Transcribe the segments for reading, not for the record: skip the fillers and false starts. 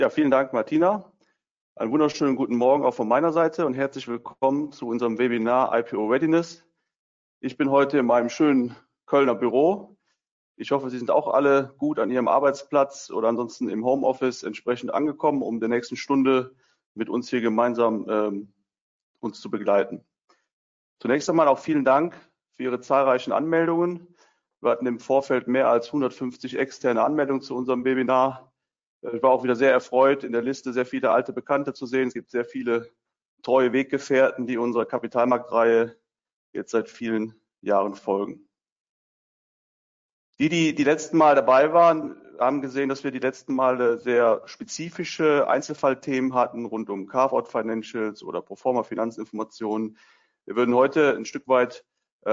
Ja, vielen Dank, Martina. Einen wunderschönen guten Morgen auch von meiner Seite und herzlich willkommen zu unserem Webinar IPO Readiness. Ich bin heute in meinem schönen Kölner Büro. Ich hoffe, Sie sind auch alle gut an Ihrem Arbeitsplatz oder ansonsten im Homeoffice entsprechend angekommen, um in der nächsten Stunde mit uns hier gemeinsam uns zu begleiten. Zunächst einmal auch vielen Dank für Ihre zahlreichen Anmeldungen. Wir hatten im Vorfeld mehr als 150 externe Anmeldungen zu unserem Webinar. Ich war auch wieder sehr erfreut, in der Liste sehr viele alte Bekannte zu sehen. Es gibt sehr viele treue Weggefährten, die unserer Kapitalmarktreihe jetzt seit vielen Jahren folgen. Die letzten Mal dabei waren, haben gesehen, dass wir die letzten Male sehr spezifische Einzelfallthemen hatten rund um Carve-out Financials oder Proforma Finanzinformationen. Wir würden heute ein Stück weit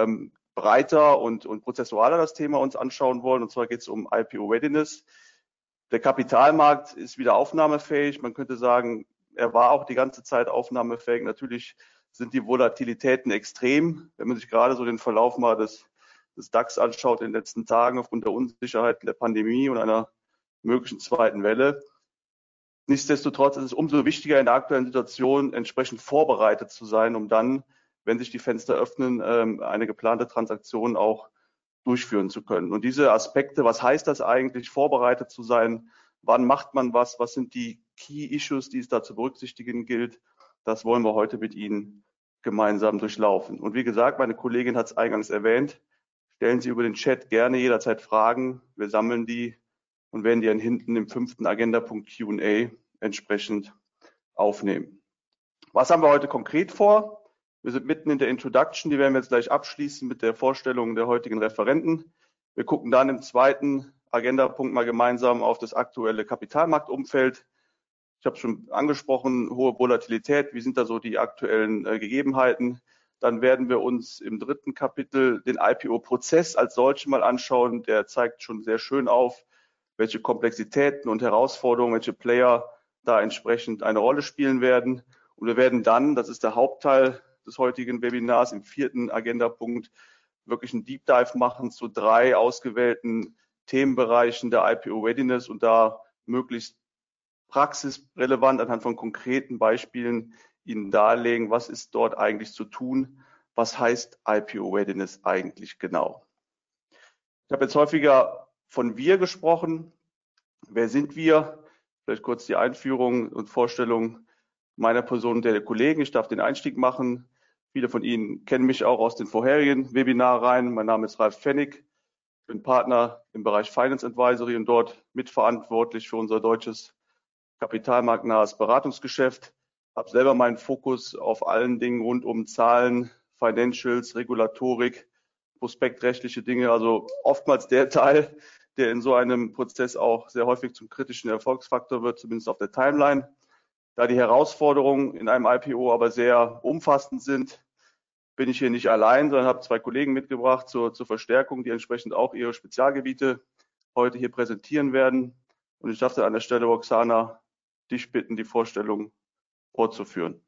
breiter und prozessualer das Thema uns anschauen wollen. Und zwar geht es um IPO Readiness. Der Kapitalmarkt ist wieder aufnahmefähig. Man könnte sagen, er war auch die ganze Zeit aufnahmefähig. Natürlich sind die Volatilitäten extrem. Wenn man sich gerade so den Verlauf mal des DAX anschaut in den letzten Tagen aufgrund der Unsicherheit der Pandemie und einer möglichen zweiten Welle. Nichtsdestotrotz ist es umso wichtiger in der aktuellen Situation entsprechend vorbereitet zu sein, um dann, wenn sich die Fenster öffnen, eine geplante Transaktion auch durchführen zu können. Und diese Aspekte, was heißt das eigentlich, vorbereitet zu sein? Wann macht man was? Was sind die Key Issues, die es da zu berücksichtigen gilt? Das wollen wir heute mit Ihnen gemeinsam durchlaufen. Und wie gesagt, meine Kollegin hat es eingangs erwähnt, stellen Sie über den Chat gerne jederzeit Fragen. Wir sammeln die und werden die dann hinten im 5. Agendapunkt Q&A entsprechend aufnehmen. Was haben wir heute konkret vor? Wir sind mitten in der Introduction, die werden wir jetzt gleich abschließen mit der Vorstellung der heutigen Referenten. Wir gucken dann im 2. Agendapunkt mal gemeinsam auf das aktuelle Kapitalmarktumfeld. Ich habe es schon angesprochen, hohe Volatilität, wie sind da so die aktuellen Gegebenheiten? Dann werden wir uns im 3. Kapitel den IPO-Prozess als solchen mal anschauen. Der zeigt schon sehr schön auf, welche Komplexitäten und Herausforderungen, welche Player da entsprechend eine Rolle spielen werden. Und wir werden dann, das ist der Hauptteil des heutigen Webinars, im 4. Agendapunkt wirklich einen Deep Dive machen zu 3 ausgewählten Themenbereichen der IPO Readiness und da möglichst praxisrelevant anhand von konkreten Beispielen Ihnen darlegen, was ist dort eigentlich zu tun, was heißt IPO Readiness eigentlich genau. Ich habe jetzt häufiger von wir gesprochen. Wer sind wir? Vielleicht kurz die Einführung und Vorstellung meiner Person und der Kollegen. Ich darf den Einstieg machen. Viele von Ihnen kennen mich auch aus den vorherigen Webinarreihen. Mein Name ist Ralf Pfennig. Ich bin Partner im Bereich Finance Advisory und dort mitverantwortlich für unser deutsches kapitalmarktnahes Beratungsgeschäft. Habe selber meinen Fokus auf allen Dingen rund um Zahlen, Financials, Regulatorik, prospektrechtliche Dinge. Also oftmals der Teil, der in so einem Prozess auch sehr häufig zum kritischen Erfolgsfaktor wird, zumindest auf der Timeline. Da die Herausforderungen in einem IPO aber sehr umfassend sind, bin ich hier nicht allein, sondern habe 2 Kollegen mitgebracht zur Verstärkung, die entsprechend auch ihre Spezialgebiete heute hier präsentieren werden. Und ich darf dann an der Stelle, Roxana, dich bitten, die Vorstellung fortzuführen.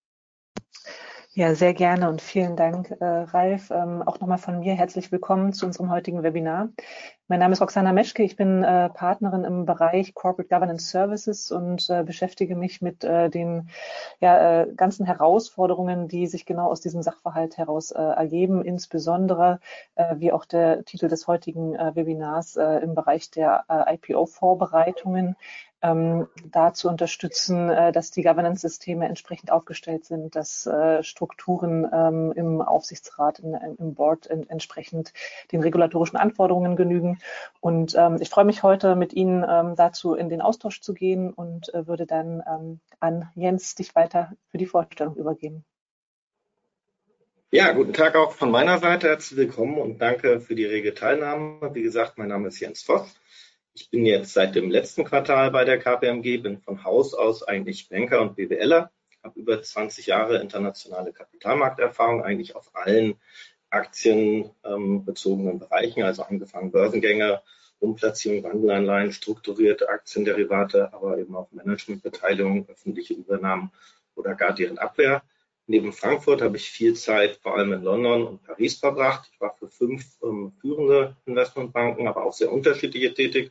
Ja, sehr gerne und vielen Dank, Ralf. Auch nochmal von mir herzlich willkommen zu unserem heutigen Webinar. Mein Name ist Roxana Meschke, ich bin Partnerin im Bereich Corporate Governance Services und beschäftige mich mit den ganzen Herausforderungen, die sich genau aus diesem Sachverhalt heraus ergeben, insbesondere, wie auch der Titel des heutigen Webinars, im Bereich der IPO-Vorbereitungen, da zu unterstützen, dass die Governance-Systeme entsprechend aufgestellt sind, dass Strukturen im Aufsichtsrat, im Board entsprechend den regulatorischen Anforderungen genügen. Und ich freue mich heute mit Ihnen dazu in den Austausch zu gehen und würde dann an Jens dich weiter für die Vorstellung übergeben. Ja, guten Tag auch von meiner Seite. Herzlich willkommen und danke für die rege Teilnahme. Wie gesagt, mein Name ist Jens Voss. Ich bin jetzt seit dem letzten Quartal bei der KPMG, bin von Haus aus eigentlich Banker und BWLer, habe über 20 Jahre internationale Kapitalmarkterfahrung, eigentlich auf allen aktienbezogenen Bereichen, also angefangen Börsengänge, Umplatzierung, Wandelanleihen, strukturierte Aktienderivate, aber eben auch Managementbeteiligung, öffentliche Übernahmen oder gar deren Abwehr. Neben Frankfurt habe ich viel Zeit vor allem in London und Paris verbracht. Ich war für 5 führende Investmentbanken, aber auch sehr unterschiedliche tätig.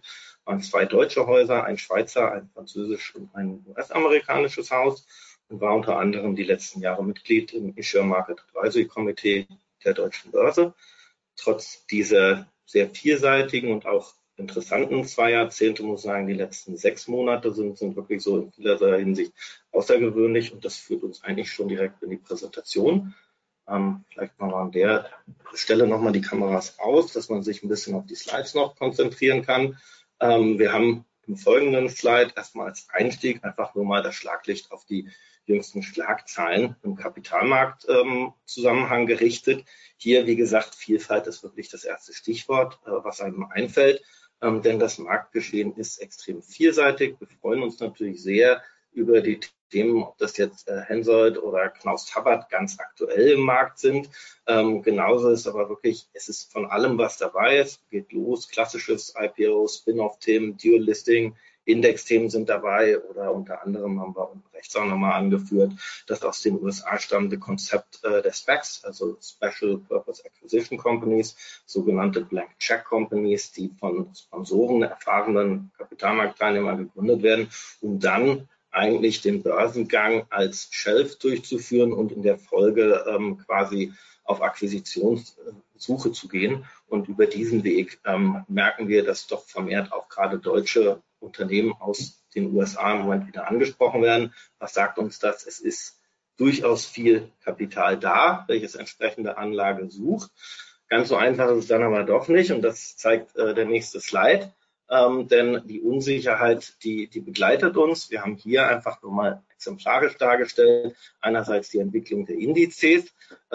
waren 2 deutsche Häuser, ein Schweizer, ein französisch und ein US-amerikanisches Haus und war unter anderem die letzten Jahre Mitglied im Issuer Market Advisory Committee der Deutschen Börse. Trotz dieser sehr vielseitigen und auch interessanten 2 Jahrzehnte, muss ich sagen, die letzten 6 Monate sind wirklich so in vielerlei Hinsicht außergewöhnlich und das führt uns eigentlich schon direkt in die Präsentation. Vielleicht machen wir an der Stelle nochmal die Kameras aus, dass man sich ein bisschen auf die Slides noch konzentrieren kann. Wir haben im folgenden Slide erstmal als Einstieg einfach nur mal das Schlaglicht auf die jüngsten Schlagzeilen im Kapitalmarkt-Zusammenhang gerichtet. Hier, wie gesagt, Vielfalt ist wirklich das erste Stichwort, was einem einfällt, denn das Marktgeschehen ist extrem vielseitig. Wir freuen uns natürlich sehr über die Themen, ob das jetzt Hensoldt oder Knaus Tabbert ganz aktuell im Markt sind. Genauso ist aber wirklich, es ist von allem was dabei. Es geht los, klassisches IPO, Spin-off-Themen, Dual-Listing, Index-Themen sind dabei oder unter anderem haben wir unten rechts auch nochmal angeführt, das aus den USA stammende Konzept der SPACs, also Special Purpose Acquisition Companies, sogenannte Blank Check Companies, die von Sponsoren, erfahrenen Kapitalmarktteilnehmern gegründet werden, um dann eigentlich den Börsengang als Shelf durchzuführen und in der Folge quasi auf Akquisitionssuche zu gehen. Und über diesen Weg merken wir, dass doch vermehrt auch gerade deutsche Unternehmen aus den USA im Moment wieder angesprochen werden. Was sagt uns das? Es ist durchaus viel Kapital da, welches entsprechende Anlage sucht. Ganz so einfach ist es dann aber doch nicht und das zeigt der nächste Slide. Denn die Unsicherheit, die begleitet uns. Wir haben hier einfach nur mal exemplarisch dargestellt, einerseits die Entwicklung der Indizes.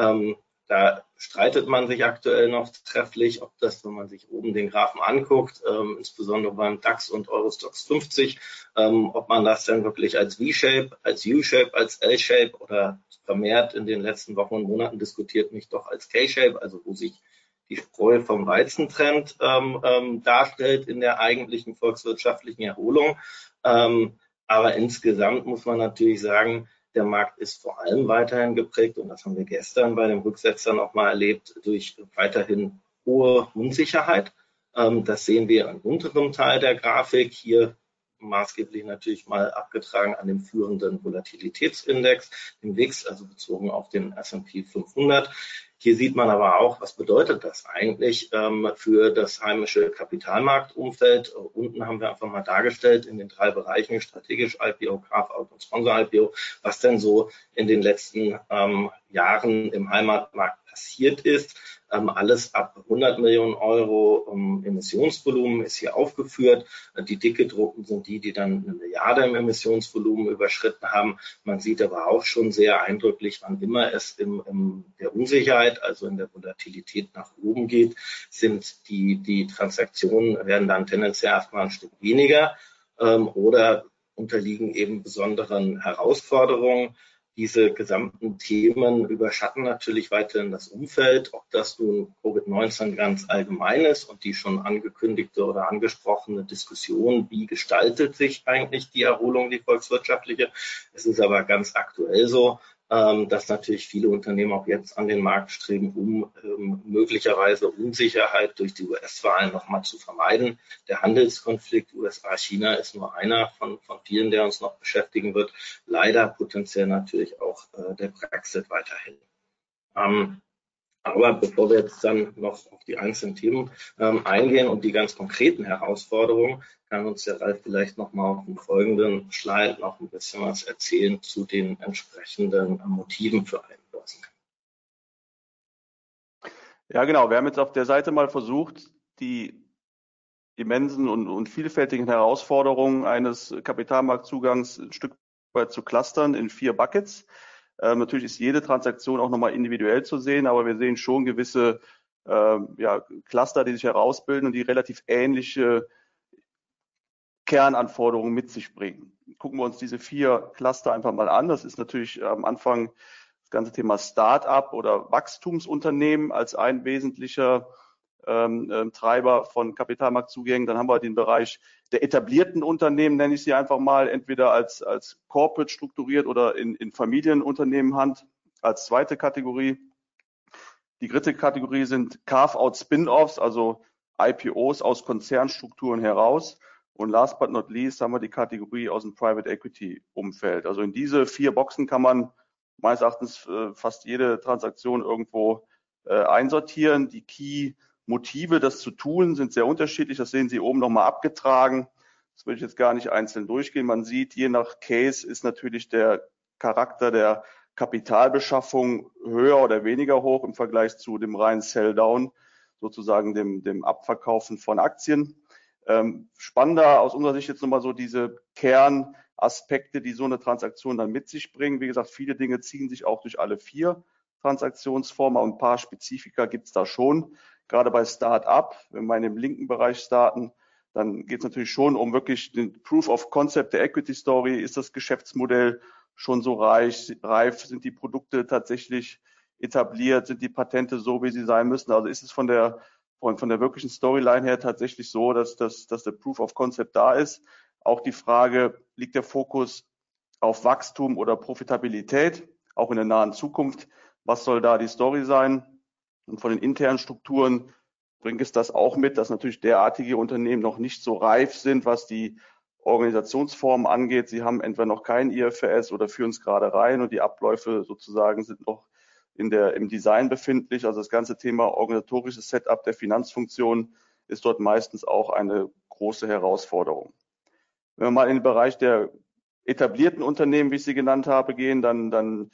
Da streitet man sich aktuell noch trefflich, ob das, wenn man sich oben den Graphen anguckt, insbesondere beim DAX und Eurostoxx 50, ob man das dann wirklich als V-Shape, als U-Shape, als L-Shape oder vermehrt in den letzten Wochen und Monaten diskutiert, nicht doch als K-Shape, also wo sich die Spreu vom Weizen trennt, darstellt in der eigentlichen volkswirtschaftlichen Erholung. Aber insgesamt muss man natürlich sagen, der Markt ist vor allem weiterhin geprägt, und das haben wir gestern bei dem Rücksetzer noch mal erlebt, durch weiterhin hohe Unsicherheit. Das sehen wir im unteren Teil der Grafik, hier maßgeblich natürlich mal abgetragen an dem führenden Volatilitätsindex, dem VIX, also bezogen auf den S&P 500. Hier sieht man aber auch, was bedeutet das eigentlich für das heimische Kapitalmarktumfeld. Unten haben wir einfach mal dargestellt in den 3 Bereichen, strategisch IPO, Carve-out und Sponsor-IPO, was denn so in den letzten Jahren im Heimatmarkt passiert ist. Alles ab 100 Millionen Euro Emissionsvolumen ist hier aufgeführt. Die dick gedruckten sind die dann 1 Milliarde im Emissionsvolumen überschritten haben. Man sieht aber auch schon sehr eindrücklich, wann immer es in der Unsicherheit, also in der Volatilität nach oben geht, sind die Transaktionen werden dann tendenziell erstmal ein Stück weniger oder unterliegen eben besonderen Herausforderungen. Diese gesamten Themen überschatten natürlich weiterhin das Umfeld, ob das nun Covid-19 ganz allgemein ist und die schon angekündigte oder angesprochene Diskussion, wie gestaltet sich eigentlich die Erholung, die volkswirtschaftliche. Es ist aber ganz aktuell so, dass natürlich viele Unternehmen auch jetzt an den Markt streben, um möglicherweise Unsicherheit durch die US-Wahlen nochmal zu vermeiden. Der Handelskonflikt USA-China ist nur einer von vielen, der uns noch beschäftigen wird. Leider potenziell natürlich auch der Brexit weiterhin. Aber bevor wir jetzt dann noch auf die einzelnen Themen eingehen und die ganz konkreten Herausforderungen, kann uns der Ralf vielleicht noch mal auf dem folgenden Slide noch ein bisschen was erzählen zu den entsprechenden Motiven für einen Börsengang. Ja, genau. Wir haben jetzt auf der Seite mal versucht, die immensen und vielfältigen Herausforderungen eines Kapitalmarktzugangs ein Stück weit zu clustern in 4 Buckets. Natürlich ist jede Transaktion auch nochmal individuell zu sehen, aber wir sehen schon gewisse Cluster, die sich herausbilden und die relativ ähnliche Kernanforderungen mit sich bringen. Gucken wir uns diese 4 Cluster einfach mal an. Das ist natürlich am Anfang das ganze Thema Start-up oder Wachstumsunternehmen als ein wesentlicher Treiber von Kapitalmarktzugängen. Dann haben wir den Bereich der etablierten Unternehmen, nenne ich sie einfach mal, entweder als Corporate strukturiert oder in Familienunternehmen Hand als zweite Kategorie. Die dritte Kategorie sind Carve-out Spin-offs, also IPOs aus Konzernstrukturen heraus. Und last but not least haben wir die Kategorie aus dem Private Equity Umfeld. Also in diese 4 Boxen kann man meines Erachtens fast jede Transaktion irgendwo einsortieren. Die Key-Motive, das zu tun, sind sehr unterschiedlich. Das sehen Sie oben nochmal abgetragen. Das will ich jetzt gar nicht einzeln durchgehen. Man sieht, je nach Case ist natürlich der Charakter der Kapitalbeschaffung höher oder weniger hoch im Vergleich zu dem reinen Sell-Down, sozusagen dem Abverkaufen von Aktien. Spannender aus unserer Sicht jetzt nochmal so diese Kernaspekte, die so eine Transaktion dann mit sich bringen. Wie gesagt, viele Dinge ziehen sich auch durch alle 4 Transaktionsformen und ein paar Spezifika gibt es da schon. Gerade bei Start-up, wenn wir in dem linken Bereich starten, dann geht es natürlich schon um wirklich den Proof of Concept der Equity Story. Ist das Geschäftsmodell schon so reif? Sind die Produkte tatsächlich etabliert? Sind die Patente so, wie sie sein müssen? Also ist es von der wirklichen Storyline her tatsächlich so, dass der Proof of Concept da ist. Auch die Frage, liegt der Fokus auf Wachstum oder Profitabilität, auch in der nahen Zukunft? Was soll da die Story sein? Und von den internen Strukturen bringt es das auch mit, dass natürlich derartige Unternehmen noch nicht so reif sind, was die Organisationsformen angeht. Sie haben entweder noch kein IFRS oder führen es gerade rein und die Abläufe sozusagen sind noch im Design befindlich. Also das ganze Thema organisatorisches Setup der Finanzfunktion ist dort meistens auch eine große Herausforderung. Wenn wir mal in den Bereich der etablierten Unternehmen, wie ich sie genannt habe, gehen, dann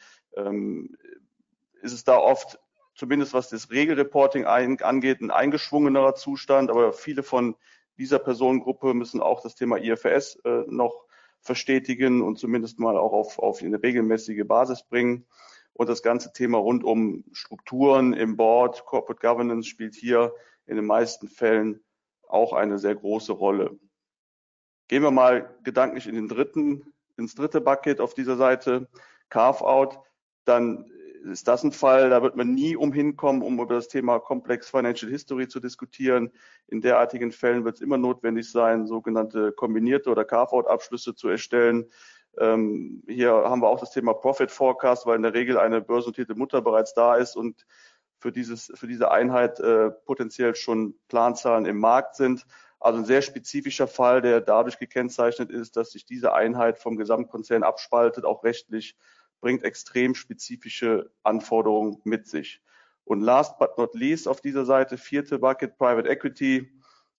ist es da oft, zumindest was das Regelreporting angeht, ein eingeschwungenerer Zustand. Aber viele von dieser Personengruppe müssen auch das Thema IFRS noch verstetigen und zumindest mal auch auf eine regelmäßige Basis bringen. Und das ganze Thema rund um Strukturen im Board, Corporate Governance spielt hier in den meisten Fällen auch eine sehr große Rolle. Gehen wir mal gedanklich ins dritte Bucket auf dieser Seite, Carve-out, dann ist das ein Fall, da wird man nie umhin kommen, um über das Thema Complex Financial History zu diskutieren. In derartigen Fällen wird es immer notwendig sein, sogenannte kombinierte oder Carve-out-Abschlüsse zu erstellen. Hier haben wir auch das Thema Profit Forecast, weil in der Regel eine börsennotierte Mutter bereits da ist und für diese Einheit potenziell schon Planzahlen im Markt sind. Also ein sehr spezifischer Fall, der dadurch gekennzeichnet ist, dass sich diese Einheit vom Gesamtkonzern abspaltet, auch rechtlich, bringt extrem spezifische Anforderungen mit sich. Und last but not least auf dieser Seite, 4. Bucket, Private Equity.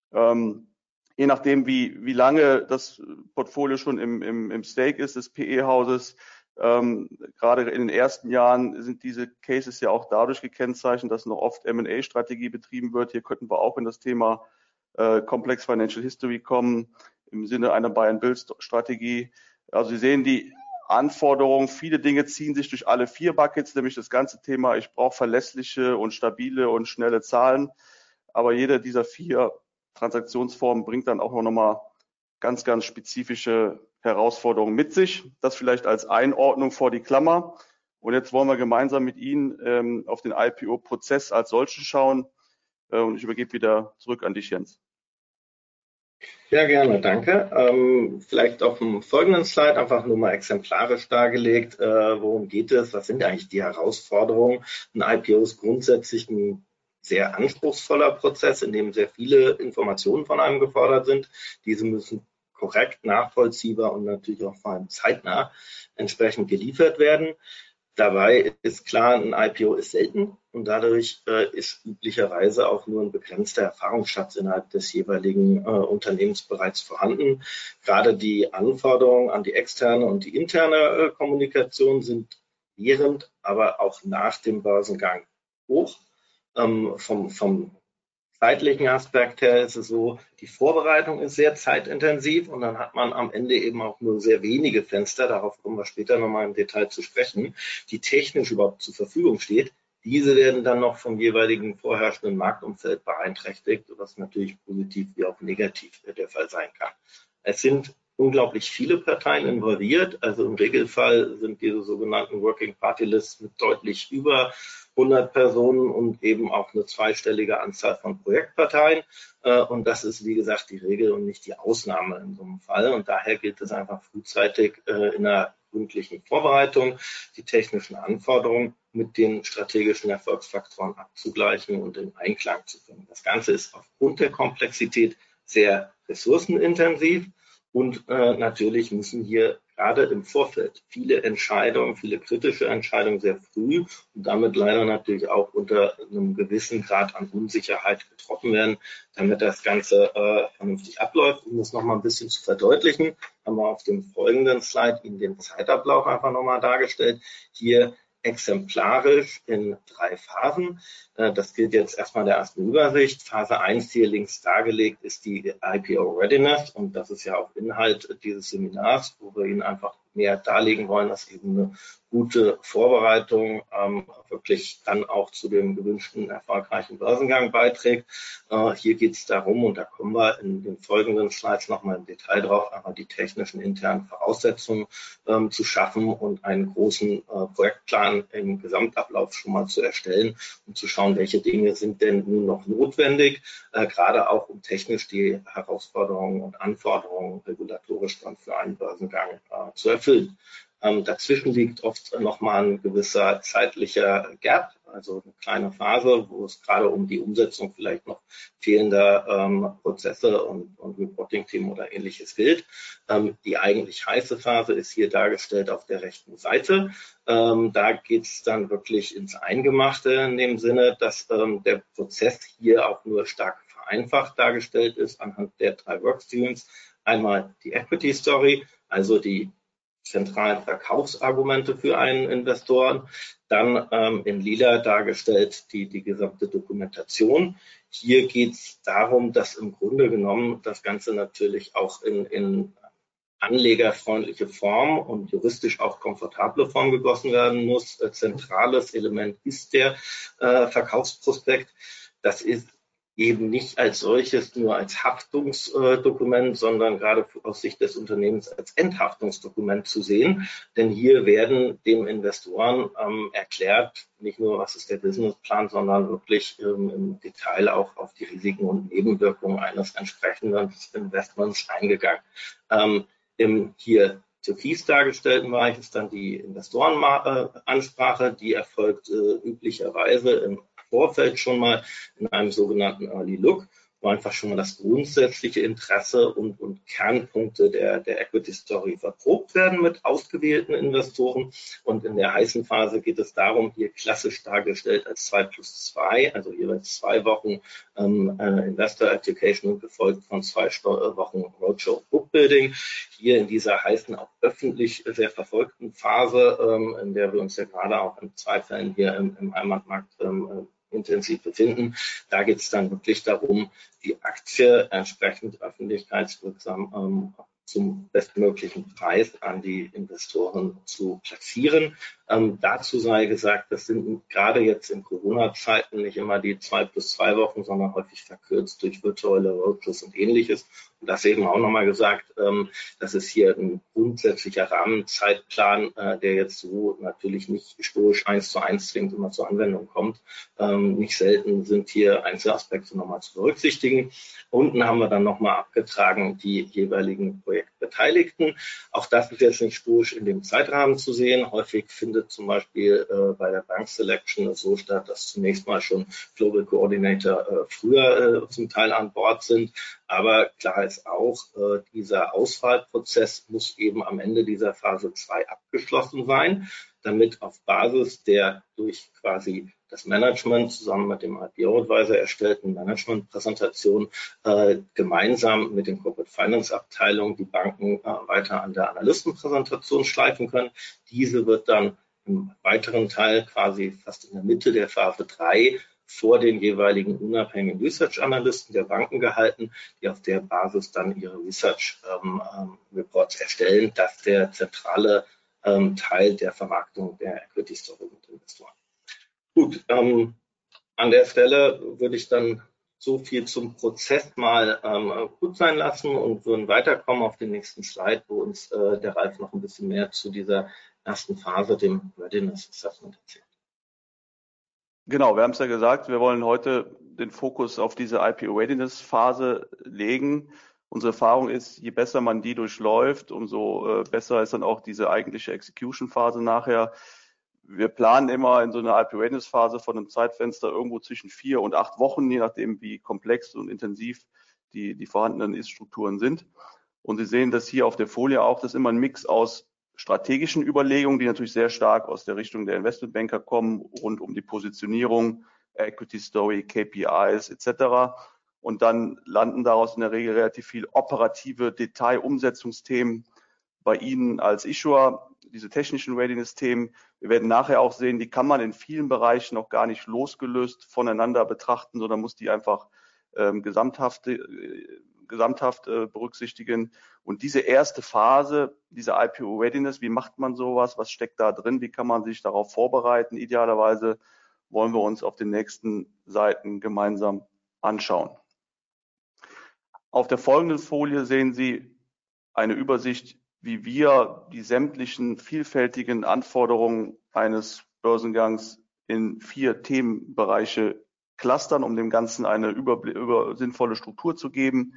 Je nachdem, wie lange das Portfolio schon im Stake ist des PE-Hauses, gerade in den ersten Jahren sind diese Cases ja auch dadurch gekennzeichnet, dass noch oft M&A-Strategie betrieben wird. Hier könnten wir auch in das Thema Complex Financial History kommen, im Sinne einer Buy-and-Build-Strategie. Also Sie sehen die Anforderungen, viele Dinge ziehen sich durch alle 4 Buckets, nämlich das ganze Thema, ich brauche verlässliche und stabile und schnelle Zahlen. Aber jede dieser 4 Transaktionsformen bringt dann auch noch mal ganz, ganz spezifische Herausforderungen mit sich. Das vielleicht als Einordnung vor die Klammer. Und jetzt wollen wir gemeinsam mit Ihnen auf den IPO-Prozess als solchen schauen. Und ich übergebe wieder zurück an dich, Jens. Ja, gerne, danke. Vielleicht auf dem folgenden Slide einfach nur mal exemplarisch dargelegt, worum geht es, was sind eigentlich die Herausforderungen. Ein IPO ist grundsätzlich ein sehr anspruchsvoller Prozess, in dem sehr viele Informationen von einem gefordert sind. Diese müssen korrekt, nachvollziehbar und natürlich auch vor allem zeitnah entsprechend geliefert werden. Dabei ist klar, ein IPO ist selten und dadurch ist üblicherweise auch nur ein begrenzter Erfahrungsschatz innerhalb des jeweiligen Unternehmens bereits vorhanden. Gerade die Anforderungen an die externe und die interne Kommunikation sind während, aber auch nach dem Börsengang hoch. Vom zeitlichen Aspekt her ist es so, die Vorbereitung ist sehr zeitintensiv und dann hat man am Ende eben auch nur sehr wenige Fenster, darauf kommen wir später nochmal im Detail zu sprechen, die technisch überhaupt zur Verfügung steht. Diese werden dann noch vom jeweiligen vorherrschenden Marktumfeld beeinträchtigt, was natürlich positiv wie auch negativ der Fall sein kann. Es sind unglaublich viele Parteien involviert, also im Regelfall sind diese sogenannten Working Party Lists mit deutlich über 100 Personen und eben auch eine zweistellige Anzahl von Projektparteien. Und das ist, wie gesagt, die Regel und nicht die Ausnahme in so einem Fall. Und daher gilt es einfach frühzeitig in einer gründlichen Vorbereitung, die technischen Anforderungen mit den strategischen Erfolgsfaktoren abzugleichen und in Einklang zu bringen. Das Ganze ist aufgrund der Komplexität sehr ressourcenintensiv und natürlich müssen hier gerade im Vorfeld viele Entscheidungen, viele kritische Entscheidungen sehr früh und damit leider natürlich auch unter einem gewissen Grad an Unsicherheit getroffen werden, damit das Ganze vernünftig abläuft. Um das nochmal ein bisschen zu verdeutlichen, haben wir auf dem folgenden Slide Ihnen den Zeitablauf einfach nochmal dargestellt. Hier exemplarisch in 3 Phasen. Das gilt jetzt erstmal der ersten Übersicht. Phase 1 hier links dargelegt ist die IPO Readiness und das ist ja auch Inhalt dieses Seminars, wo wir Ihnen einfach mehr darlegen wollen, dass eben eine gute Vorbereitung wirklich dann auch zu dem gewünschten erfolgreichen Börsengang beiträgt. Hier geht es darum, und da kommen wir in den folgenden Slides nochmal im Detail drauf, aber die technischen internen Voraussetzungen zu schaffen und einen großen Projektplan im Gesamtablauf schon mal zu erstellen und zu schauen, welche Dinge sind denn nun noch notwendig, gerade auch um technisch die Herausforderungen und Anforderungen regulatorisch dann für einen Börsengang zu erfüllen. Dazwischen liegt oft nochmal ein gewisser zeitlicher Gap, also eine kleine Phase, wo es gerade um die Umsetzung vielleicht noch fehlender Prozesse und Reporting-Team oder ähnliches gilt. Die eigentlich heiße Phase ist hier dargestellt auf der rechten Seite. Da geht es dann wirklich ins Eingemachte in dem Sinne, dass der Prozess hier auch nur stark vereinfacht dargestellt ist anhand der 3 Workstreams. Einmal die Equity Story, also die zentralen Verkaufsargumente für einen Investoren. Dann in lila dargestellt die gesamte Dokumentation. Hier geht es darum, dass im Grunde genommen das Ganze natürlich auch in anlegerfreundliche Form und juristisch auch komfortable Form gegossen werden muss. Zentrales Element ist der Verkaufsprospekt. Das ist eben nicht als solches nur als Haftungsdokument, sondern gerade aus Sicht des Unternehmens als Enthaftungsdokument zu sehen. Denn hier werden dem Investoren erklärt, nicht nur, was ist der Businessplan, sondern wirklich im Detail auch auf die Risiken und Nebenwirkungen eines entsprechenden Investments eingegangen. Im hier türkis dargestellten Bereich ist dann die Investorenansprache, die erfolgt üblicherweise im Vorfeld schon mal in einem sogenannten Early Look, wo einfach schon mal das grundsätzliche Interesse und Kernpunkte der Equity Story verprobt werden mit ausgewählten Investoren. Und in der heißen Phase geht es darum, hier klassisch dargestellt als 2+2, also jeweils 2 Wochen Investor Education gefolgt von 2 Wochen Roadshow Bookbuilding. Hier in dieser heißen, auch öffentlich sehr verfolgten Phase, in der wir uns ja gerade auch in 2 Fällen hier im Heimatmarkt intensiv befinden. Da geht es dann wirklich darum, die Aktie entsprechend öffentlichkeitswirksam zum bestmöglichen Preis an die Investoren zu platzieren. Dazu sei gesagt, das sind gerade jetzt in Corona-Zeiten nicht immer die 2+2 Wochen, sondern häufig verkürzt durch virtuelle Roadshows und ähnliches. Und das eben auch nochmal gesagt, das ist hier ein grundsätzlicher Rahmenzeitplan, der jetzt so natürlich nicht historisch 1:1 zwingend immer zur Anwendung kommt. Nicht selten sind hier Einzelaspekte nochmal zu berücksichtigen. Unten haben wir dann nochmal abgetragen die jeweiligen Projektbeteiligten. Auch das ist jetzt nicht historisch in dem Zeitrahmen zu sehen. Häufig findet zum Beispiel bei der Bank Selection so statt, dass zunächst mal schon Global Coordinator früher zum Teil an Bord sind. Aber klar ist auch, dieser Auswahlprozess muss eben am Ende dieser Phase 2 abgeschlossen sein, damit auf Basis der durch quasi das Management zusammen mit dem IPO-Advisor erstellten Managementpräsentation gemeinsam mit den Corporate Finance Abteilungen die Banken weiter an der Analystenpräsentation schleifen können. Diese wird dann im weiteren Teil quasi fast in der Mitte der Phase 3 vor den jeweiligen unabhängigen Research-Analysten der Banken gehalten, die auf der Basis dann ihre Research-Reports erstellen. Das ist der zentrale Teil der Vermarktung der Equity Story mit Investoren. Gut, an der Stelle würde ich dann so viel zum Prozess mal gut sein lassen und würden weiterkommen auf den nächsten Slide, wo uns der Ralf noch ein bisschen mehr zu dieser ersten Phase, dem Readiness Assessment, erzählt. Genau, wir haben es ja gesagt, wir wollen heute den Fokus auf diese IPO-Readiness-Phase legen. Unsere Erfahrung ist, je besser man die durchläuft, umso besser ist dann auch diese eigentliche Execution-Phase nachher. Wir planen immer in so einer IPO-Readiness-Phase von einem Zeitfenster irgendwo zwischen 4 und 8 Wochen, je nachdem, wie komplex und intensiv die vorhandenen Ist-Strukturen sind. Und Sie sehen das hier auf der Folie auch, das ist immer ein Mix aus strategischen Überlegungen, die natürlich sehr stark aus der Richtung der Investmentbanker kommen, rund um die Positionierung, Equity Story, KPIs etc. Und dann landen daraus in der Regel relativ viel operative Detailumsetzungsthemen bei Ihnen als Issuer, diese technischen Readiness-Themen. Wir werden nachher auch sehen, die kann man in vielen Bereichen auch gar nicht losgelöst voneinander betrachten, sondern muss die einfach gesamthaft berücksichtigen. Und diese erste Phase, diese IPO-Readiness, wie macht man sowas, was steckt da drin, wie kann man sich darauf vorbereiten, idealerweise wollen wir uns auf den nächsten Seiten gemeinsam anschauen. Auf der folgenden Folie sehen Sie eine Übersicht, wie wir die sämtlichen vielfältigen Anforderungen eines Börsengangs in 4 Themenbereiche clustern, um dem Ganzen eine sinnvolle Struktur zu geben.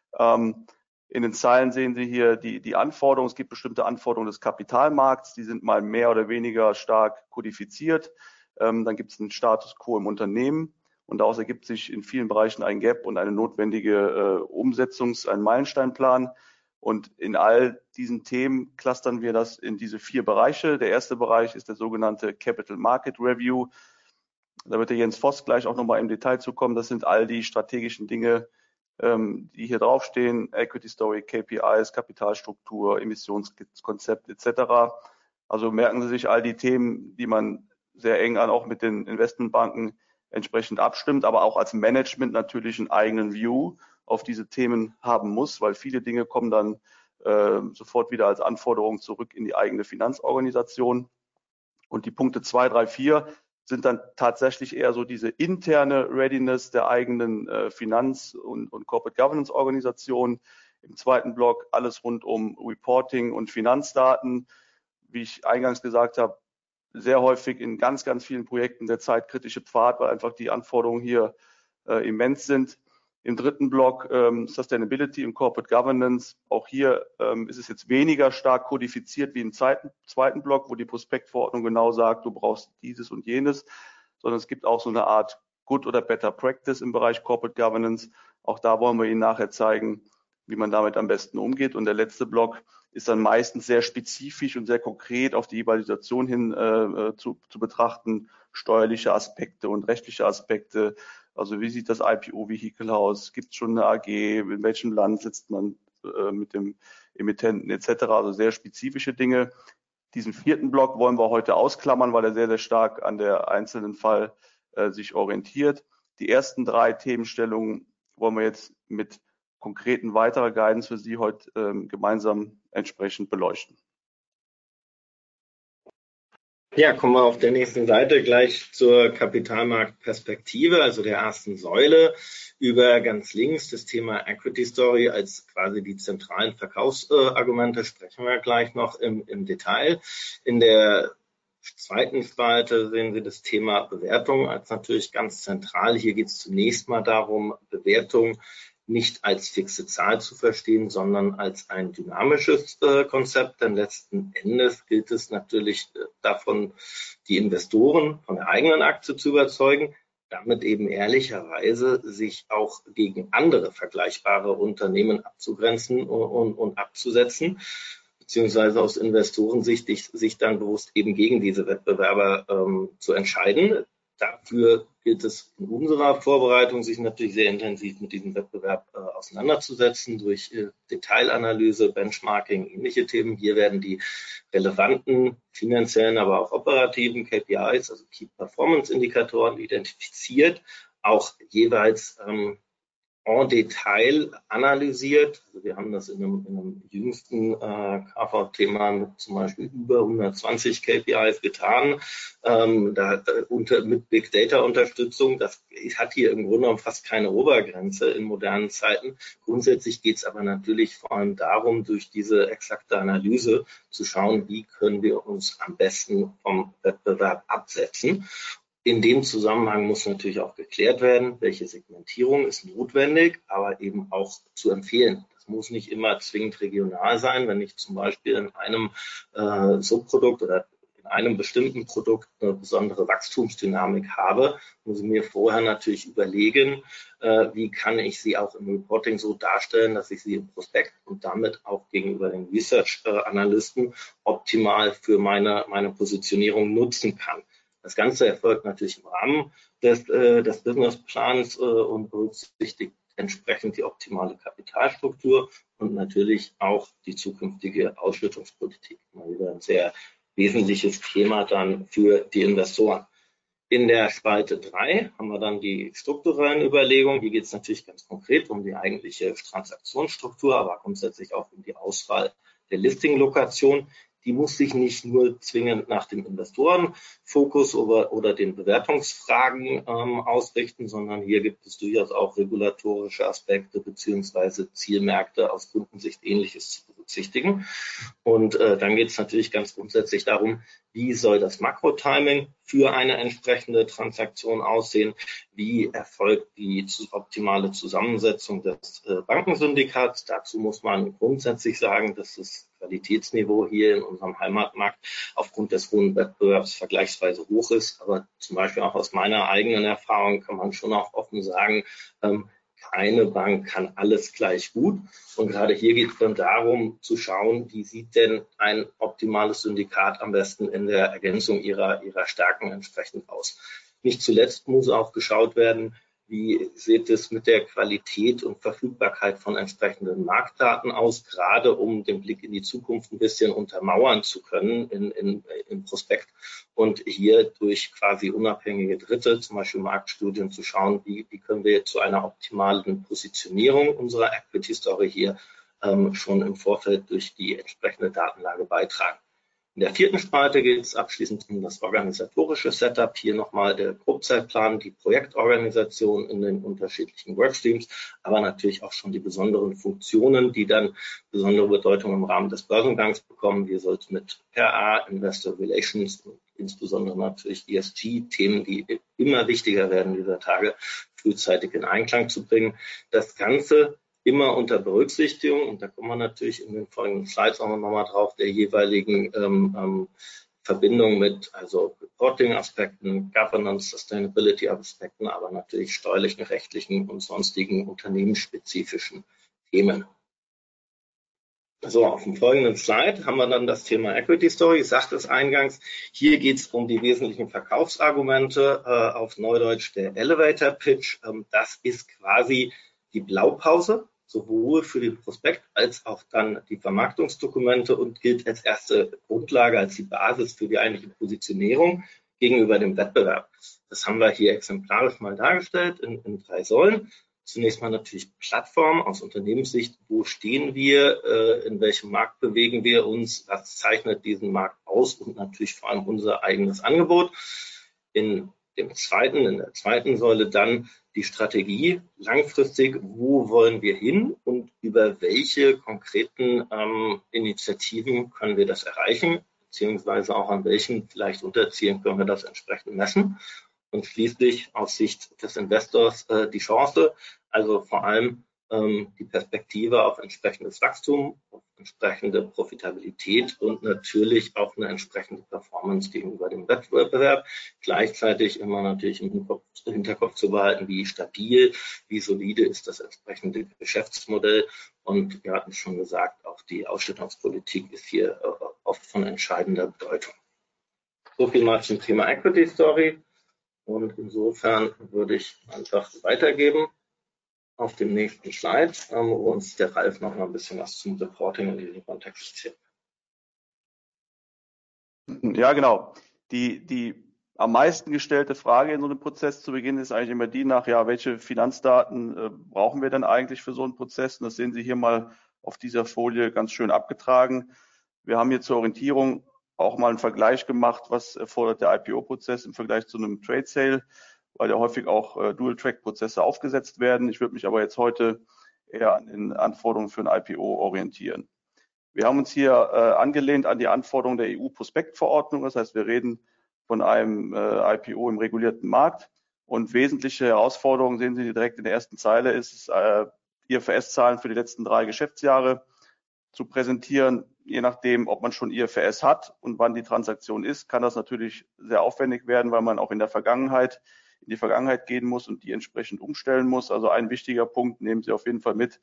In den Zeilen sehen Sie hier die Anforderungen. Es gibt bestimmte Anforderungen des Kapitalmarkts, die sind mal mehr oder weniger stark kodifiziert. Dann gibt es einen Status quo im Unternehmen und daraus ergibt sich in vielen Bereichen ein Gap und eine notwendige ein Meilensteinplan. Und in all diesen Themen clustern wir das in diese 4 Bereiche. Der erste Bereich ist der sogenannte Capital Market Review. Da wird der Jens Voss gleich auch nochmal im Detail zukommen. Das sind all die strategischen Dinge, die hier draufstehen. Equity Story, KPIs, Kapitalstruktur, Emissionskonzept etc. Also merken Sie sich all die Themen, die man sehr eng auch mit den Investmentbanken entsprechend abstimmt, aber auch als Management natürlich einen eigenen View auf diese Themen haben muss, weil viele Dinge kommen dann sofort wieder als Anforderung zurück in die eigene Finanzorganisation. Und die Punkte 2, 3, 4 sind dann tatsächlich eher so diese interne Readiness der eigenen Finanz- und Corporate Governance Organisation. Im zweiten Block alles rund um Reporting und Finanzdaten. Wie ich eingangs gesagt habe, sehr häufig in ganz, ganz vielen Projekten der zeitkritische Pfad, weil einfach die Anforderungen hier immens sind. Im dritten Block Sustainability und Corporate Governance. Auch hier ist es jetzt weniger stark kodifiziert wie im zweiten Block, wo die Prospektverordnung genau sagt, du brauchst dieses und jenes, sondern es gibt auch so eine Art Good oder Better Practice im Bereich Corporate Governance. Auch da wollen wir Ihnen nachher zeigen, wie man damit am besten umgeht. Und der letzte Block ist dann meistens sehr spezifisch und sehr konkret auf die Evaluation hin zu betrachten, steuerliche Aspekte und rechtliche Aspekte. Also wie sieht das IPO-Vehikel aus? Gibt es schon eine AG? In welchem Land sitzt man mit dem Emittenten etc.? Also sehr spezifische Dinge. Diesen vierten Block wollen wir heute ausklammern, weil er sehr, sehr stark an der einzelnen Fall sich orientiert. Die ersten 3 Themenstellungen wollen wir jetzt mit konkreten weiterer Guidance für Sie heute gemeinsam entsprechend beleuchten. Ja, kommen wir auf der nächsten Seite gleich zur Kapitalmarktperspektive, also der ersten Säule. Über ganz links das Thema Equity Story als quasi die zentralen Verkaufsargumente sprechen wir gleich noch im Detail. In der zweiten Spalte sehen Sie das Thema Bewertung als natürlich ganz zentral. Hier geht es zunächst mal darum, Bewertung nicht als fixe Zahl zu verstehen, sondern als ein dynamisches Konzept. Denn letzten Endes gilt es natürlich davon, die Investoren von der eigenen Aktie zu überzeugen, damit eben ehrlicherweise sich auch gegen andere vergleichbare Unternehmen abzugrenzen und abzusetzen, beziehungsweise aus Investorensicht sich dann bewusst eben gegen diese Wettbewerber zu entscheiden. Dafür gilt es in unserer Vorbereitung, sich natürlich sehr intensiv mit diesem Wettbewerb auseinanderzusetzen, durch Detailanalyse, Benchmarking, ähnliche Themen. Hier werden die relevanten finanziellen, aber auch operativen KPIs, also Key Performance Indikatoren, identifiziert, auch jeweils en Detail analysiert. Also wir haben das in einem jüngsten KV-Thema mit zum Beispiel über 120 KPIs getan, mit Big Data Unterstützung. Das hat hier im Grunde genommen fast keine Obergrenze in modernen Zeiten. Grundsätzlich geht es aber natürlich vor allem darum, durch diese exakte Analyse zu schauen, wie können wir uns am besten vom Wettbewerb absetzen. In dem Zusammenhang muss natürlich auch geklärt werden, welche Segmentierung ist notwendig, aber eben auch zu empfehlen. Das muss nicht immer zwingend regional sein. Wenn ich zum Beispiel in einem Subprodukt oder in einem bestimmten Produkt eine besondere Wachstumsdynamik habe, muss ich mir vorher natürlich überlegen, wie kann ich sie auch im Reporting so darstellen, dass ich sie im Prospekt und damit auch gegenüber den Research-Analysten optimal für meine Positionierung nutzen kann. Das Ganze erfolgt natürlich im Rahmen des Businessplans und berücksichtigt entsprechend die optimale Kapitalstruktur und natürlich auch die zukünftige Ausschüttungspolitik. Mal wieder ein sehr wesentliches Thema dann für die Investoren. In der Spalte 3 haben wir dann die strukturellen Überlegungen. Hier geht es natürlich ganz konkret um die eigentliche Transaktionsstruktur, aber grundsätzlich auch um die Auswahl der Listing-Lokation. Die muss sich nicht nur zwingend nach dem Investorenfokus oder den Bewertungsfragen ausrichten, sondern hier gibt es durchaus auch regulatorische Aspekte beziehungsweise Zielmärkte aus Kundensicht Ähnliches zu berücksichtigen. Und dann geht es natürlich ganz grundsätzlich darum, wie soll das Makrotiming für eine entsprechende Transaktion aussehen? Wie erfolgt die optimale Zusammensetzung des Bankensyndikats? Dazu muss man grundsätzlich sagen, dass das Qualitätsniveau hier in unserem Heimatmarkt aufgrund des hohen Wettbewerbs vergleichsweise hoch ist. Aber zum Beispiel auch aus meiner eigenen Erfahrung kann man schon auch offen sagen, keine Bank kann alles gleich gut. Und gerade hier geht es dann darum zu schauen, wie sieht denn ein optimales Syndikat am besten in der Ergänzung ihrer Stärken entsprechend aus. Nicht zuletzt muss auch geschaut werden, wie sieht es mit der Qualität und Verfügbarkeit von entsprechenden Marktdaten aus, gerade um den Blick in die Zukunft ein bisschen untermauern zu können im Prospekt und hier durch quasi unabhängige Dritte, zum Beispiel Marktstudien, zu schauen, wie können wir zu einer optimalen Positionierung unserer Equity Story hier schon im Vorfeld durch die entsprechende Datenlage beitragen. In der 4. Spalte geht es abschließend um das organisatorische Setup. Hier nochmal der Grobzeitplan, die Projektorganisation in den unterschiedlichen Workstreams, aber natürlich auch schon die besonderen Funktionen, die dann besondere Bedeutung im Rahmen des Börsengangs bekommen. Hier soll es mit PRA, Investor Relations und insbesondere natürlich ESG-Themen, die immer wichtiger werden dieser Tage, frühzeitig in Einklang zu bringen. Das Ganze immer unter Berücksichtigung, und da kommen wir natürlich in den folgenden Slides auch nochmal drauf, der jeweiligen Verbindung mit also Reporting-Aspekten, Governance, Sustainability-Aspekten, aber natürlich steuerlichen, rechtlichen und sonstigen unternehmensspezifischen Themen. So, auf dem folgenden Slide haben wir dann das Thema Equity Story. Ich sagte es eingangs, hier geht es um die wesentlichen Verkaufsargumente, auf Neudeutsch der Elevator Pitch. Das ist quasi die Blaupause, sowohl für den Prospekt als auch dann die Vermarktungsdokumente und gilt als erste Grundlage, als die Basis für die eigentliche Positionierung gegenüber dem Wettbewerb. Das haben wir hier exemplarisch mal dargestellt in 3 Säulen. Zunächst mal natürlich Plattform aus Unternehmenssicht. Wo stehen wir? In welchem Markt bewegen wir uns? Was zeichnet diesen Markt aus? Und natürlich vor allem unser eigenes Angebot. In der zweiten Säule dann die Strategie langfristig, wo wollen wir hin und über welche konkreten Initiativen können wir das erreichen, beziehungsweise auch an welchen vielleicht Unterzielen können wir das entsprechend messen. Und schließlich aus Sicht des Investors die Chance, also vor allem die Perspektive auf entsprechendes Wachstum, auf entsprechende Profitabilität und natürlich auch eine entsprechende Performance gegenüber dem Wettbewerb. Gleichzeitig immer natürlich im Hinterkopf zu behalten, wie stabil, wie solide ist das entsprechende Geschäftsmodell. Und wir hatten es schon gesagt, auch die Ausschüttungspolitik ist hier oft von entscheidender Bedeutung. So viel mal zum Thema Equity Story. Und insofern würde ich einfach weitergeben auf dem nächsten Slide, wo uns der Ralf noch mal ein bisschen was zum Reporting in diesem Kontext erzählt. Ja, genau. Die am meisten gestellte Frage in so einem Prozess zu Beginn ist eigentlich immer die nach, ja, welche Finanzdaten brauchen wir denn eigentlich für so einen Prozess? Und das sehen Sie hier mal auf dieser Folie ganz schön abgetragen. Wir haben hier zur Orientierung auch mal einen Vergleich gemacht, was erfordert der IPO-Prozess im Vergleich zu einem Trade Sale, weil ja häufig auch Dual-Track-Prozesse aufgesetzt werden. Ich würde mich aber jetzt heute eher an den Anforderungen für ein IPO orientieren. Wir haben uns hier angelehnt an die Anforderungen der EU-Prospektverordnung. Das heißt, wir reden von einem IPO im regulierten Markt. Und wesentliche Herausforderungen, sehen Sie direkt in der ersten Zeile, ist IFRS-Zahlen für die letzten 3 Geschäftsjahre zu präsentieren. je nachdem, ob man schon IFRS hat und wann die Transaktion ist, kann das natürlich sehr aufwendig werden, weil man auch in die Vergangenheit gehen muss und die entsprechend umstellen muss. Also ein wichtiger Punkt, nehmen Sie auf jeden Fall mit,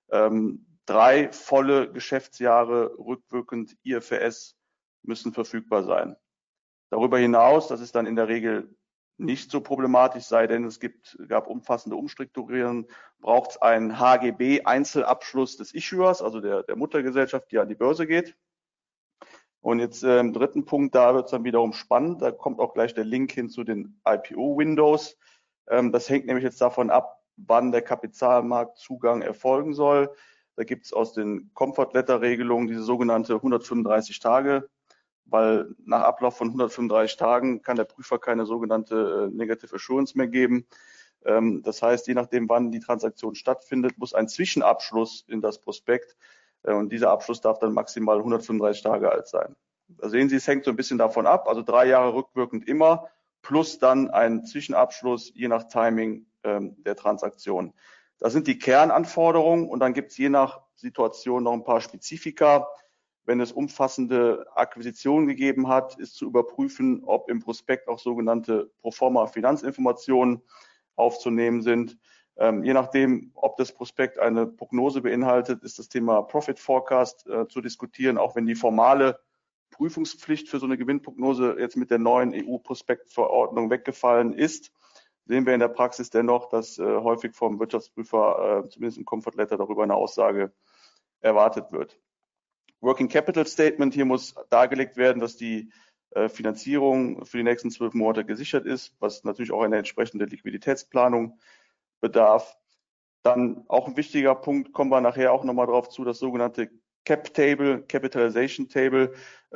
3 volle Geschäftsjahre rückwirkend IFRS müssen verfügbar sein. Darüber hinaus, das ist dann in der Regel nicht so problematisch, sei denn es gab umfassende Umstrukturierungen, braucht es einen HGB-Einzelabschluss des Issuers, also der Muttergesellschaft, die an die Börse geht. Und jetzt im dritten Punkt, da wird es dann wiederum spannend, da kommt auch gleich der Link hin zu den IPO-Windows. Das hängt nämlich jetzt davon ab, wann der Kapitalmarktzugang erfolgen soll. Da gibt es aus den Comfort-Letter-Regelungen diese sogenannte 135 Tage, weil nach Ablauf von 135 Tagen kann der Prüfer keine sogenannte Negative Assurance mehr geben. Das heißt, je nachdem, wann die Transaktion stattfindet, muss ein Zwischenabschluss in das Prospekt und dieser Abschluss darf dann maximal 135 Tage alt sein. Da sehen Sie, es hängt so ein bisschen davon ab, also 3 Jahre rückwirkend immer, plus dann ein Zwischenabschluss je nach Timing der Transaktion. Das sind die Kernanforderungen und dann gibt es je nach Situation noch ein paar Spezifika. Wenn es umfassende Akquisitionen gegeben hat, ist zu überprüfen, ob im Prospekt auch sogenannte Proforma-Finanzinformationen aufzunehmen sind. Je nachdem, ob das Prospekt eine Prognose beinhaltet, ist das Thema Profit Forecast zu diskutieren, auch wenn die formale Prüfungspflicht für so eine Gewinnprognose jetzt mit der neuen EU-Prospektverordnung weggefallen ist. Sehen wir in der Praxis dennoch, dass häufig vom Wirtschaftsprüfer zumindest im Comfort Letter darüber eine Aussage erwartet wird. Working Capital Statement, hier muss dargelegt werden, dass die Finanzierung für die nächsten 12 Monate gesichert ist, was natürlich auch eine entsprechende Liquiditätsplanung bedarf. Dann auch ein wichtiger Punkt, kommen wir nachher auch nochmal drauf zu, das sogenannte Cap Table, Capitalization Table.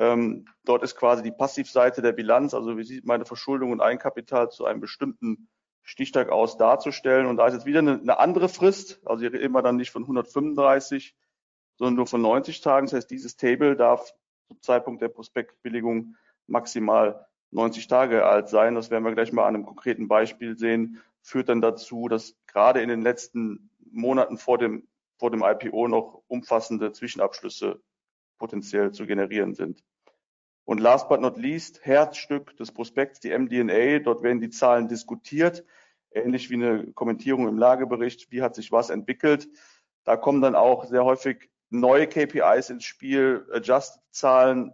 Dort ist quasi die Passivseite der Bilanz, also wie sieht meine Verschuldung und Eigenkapital zu einem bestimmten Stichtag aus darzustellen. Und da ist jetzt wieder eine andere Frist, also hier reden wir dann nicht von 135, sondern nur von 90 Tagen. Das heißt, dieses Table darf zum Zeitpunkt der Prospektbilligung maximal 90 Tage alt sein. Das werden wir gleich mal an einem konkreten Beispiel sehen. Führt dann dazu, dass gerade in den letzten Monaten vor dem IPO noch umfassende Zwischenabschlüsse potenziell zu generieren sind. Und last but not least, Herzstück des Prospekts, die MD&A. Dort werden die Zahlen diskutiert, ähnlich wie eine Kommentierung im Lagebericht. Wie hat sich was entwickelt? Da kommen dann auch sehr häufig neue KPIs ins Spiel, Adjusted-Zahlen,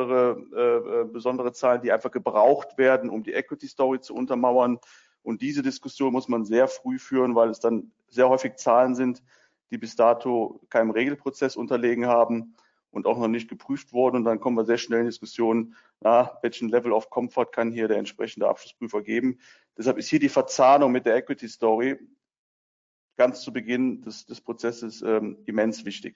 andere besondere Zahlen, die einfach gebraucht werden, um die Equity-Story zu untermauern. Und diese Diskussion muss man sehr früh führen, weil es dann sehr häufig Zahlen sind, die bis dato keinem Regelprozess unterlegen haben und auch noch nicht geprüft wurden. Und dann kommen wir sehr schnell in Diskussionen, welchen Level of Comfort kann hier der entsprechende Abschlussprüfer geben. Deshalb ist hier die Verzahnung mit der Equity-Story ganz zu Beginn des Prozesses immens wichtig.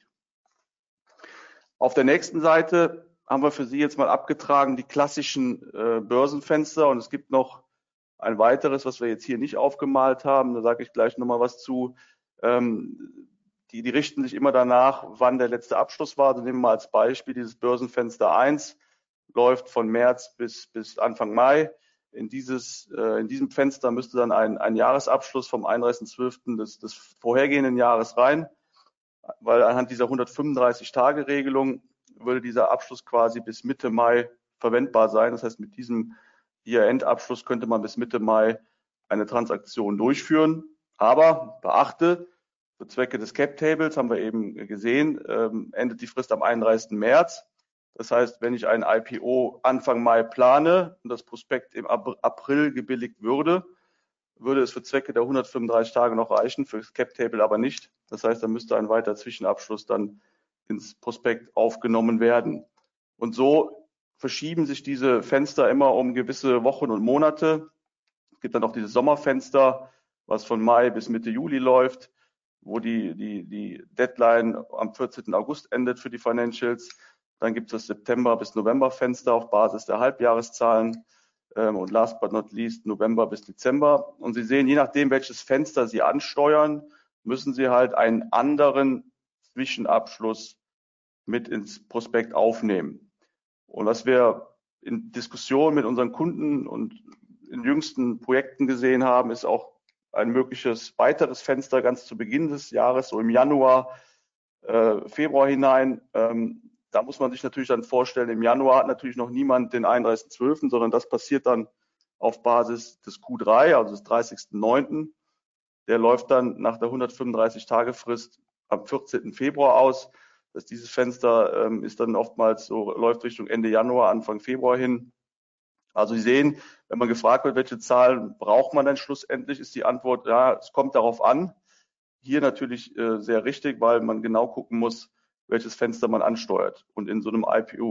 Auf der nächsten Seite haben wir für Sie jetzt mal abgetragen die klassischen Börsenfenster und es gibt noch ein weiteres, was wir jetzt hier nicht aufgemalt haben. Da sage ich gleich nochmal was zu. Die richten sich immer danach, wann der letzte Abschluss war. Also nehmen wir mal als Beispiel dieses Börsenfenster 1, läuft von März bis Anfang Mai. In diesem Fenster müsste dann ein Jahresabschluss vom 31.12. des vorhergehenden Jahres rein, weil anhand dieser 135-Tage-Regelung würde dieser Abschluss quasi bis Mitte Mai verwendbar sein. Das heißt, mit diesem Year-End-Abschluss könnte man bis Mitte Mai eine Transaktion durchführen. Aber beachte, für Zwecke des Cap-Tables haben wir eben gesehen, endet die Frist am 31. März. Das heißt, wenn ich ein IPO Anfang Mai plane und das Prospekt im April gebilligt würde es für Zwecke der 135 Tage noch reichen, für das Cap-Table aber nicht. Das heißt, da müsste ein weiterer Zwischenabschluss dann ins Prospekt aufgenommen werden. Und so verschieben sich diese Fenster immer um gewisse Wochen und Monate. Es gibt dann auch dieses Sommerfenster, was von Mai bis Mitte Juli läuft, wo die Deadline am 14. August endet für die Financials. Dann gibt es das September bis November Fenster auf Basis der Halbjahreszahlen und last but not least November bis Dezember. Und Sie sehen, je nachdem, welches Fenster Sie ansteuern, müssen Sie halt einen anderen Zwischenabschluss mit ins Prospekt aufnehmen. Und was wir in Diskussionen mit unseren Kunden und in jüngsten Projekten gesehen haben, ist auch ein mögliches weiteres Fenster ganz zu Beginn des Jahres, so im Januar, Februar hinein. Da muss man sich natürlich dann vorstellen, im Januar hat natürlich noch niemand den 31.12., sondern das passiert dann auf Basis des Q3, also des 30.09. Der läuft dann nach der 135-Tage-Frist am 14. Februar aus. Dieses Fenster ist dann oftmals so, läuft Richtung Ende Januar, Anfang Februar hin. Also Sie sehen, wenn man gefragt wird, welche Zahlen braucht man denn schlussendlich, ist die Antwort, ja, es kommt darauf an. Hier natürlich sehr richtig, weil man genau gucken muss, welches Fenster man ansteuert. Und in so einem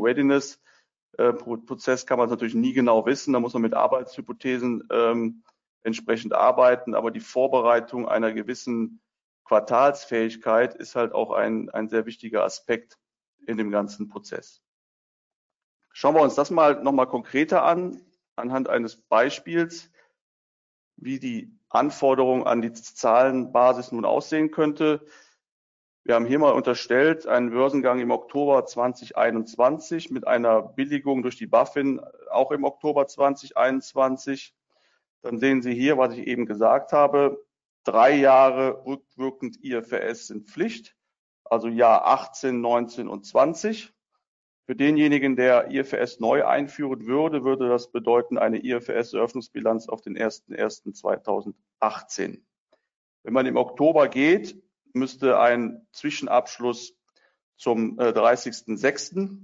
IPO-Readiness-Prozess kann man es natürlich nie genau wissen. Da muss man mit Arbeitshypothesen entsprechend arbeiten. Aber die Vorbereitung einer gewissen Quartalsfähigkeit ist halt auch ein sehr wichtiger Aspekt in dem ganzen Prozess. Schauen wir uns das mal nochmal konkreter an, anhand eines Beispiels, wie die Anforderung an die Zahlenbasis nun aussehen könnte. Wir haben hier mal unterstellt einen Börsengang im Oktober 2021 mit einer Billigung durch die BaFin auch im Oktober 2021. Dann sehen Sie hier, was ich eben gesagt habe, 3 Jahre rückwirkend IFRS sind Pflicht, also Jahr 18, 19 und 20. Für denjenigen, der IFRS neu einführen würde, würde das bedeuten eine IFRS-Eröffnungsbilanz auf den 01.01.2018. Wenn man im Oktober geht, müsste ein Zwischenabschluss zum 30.06.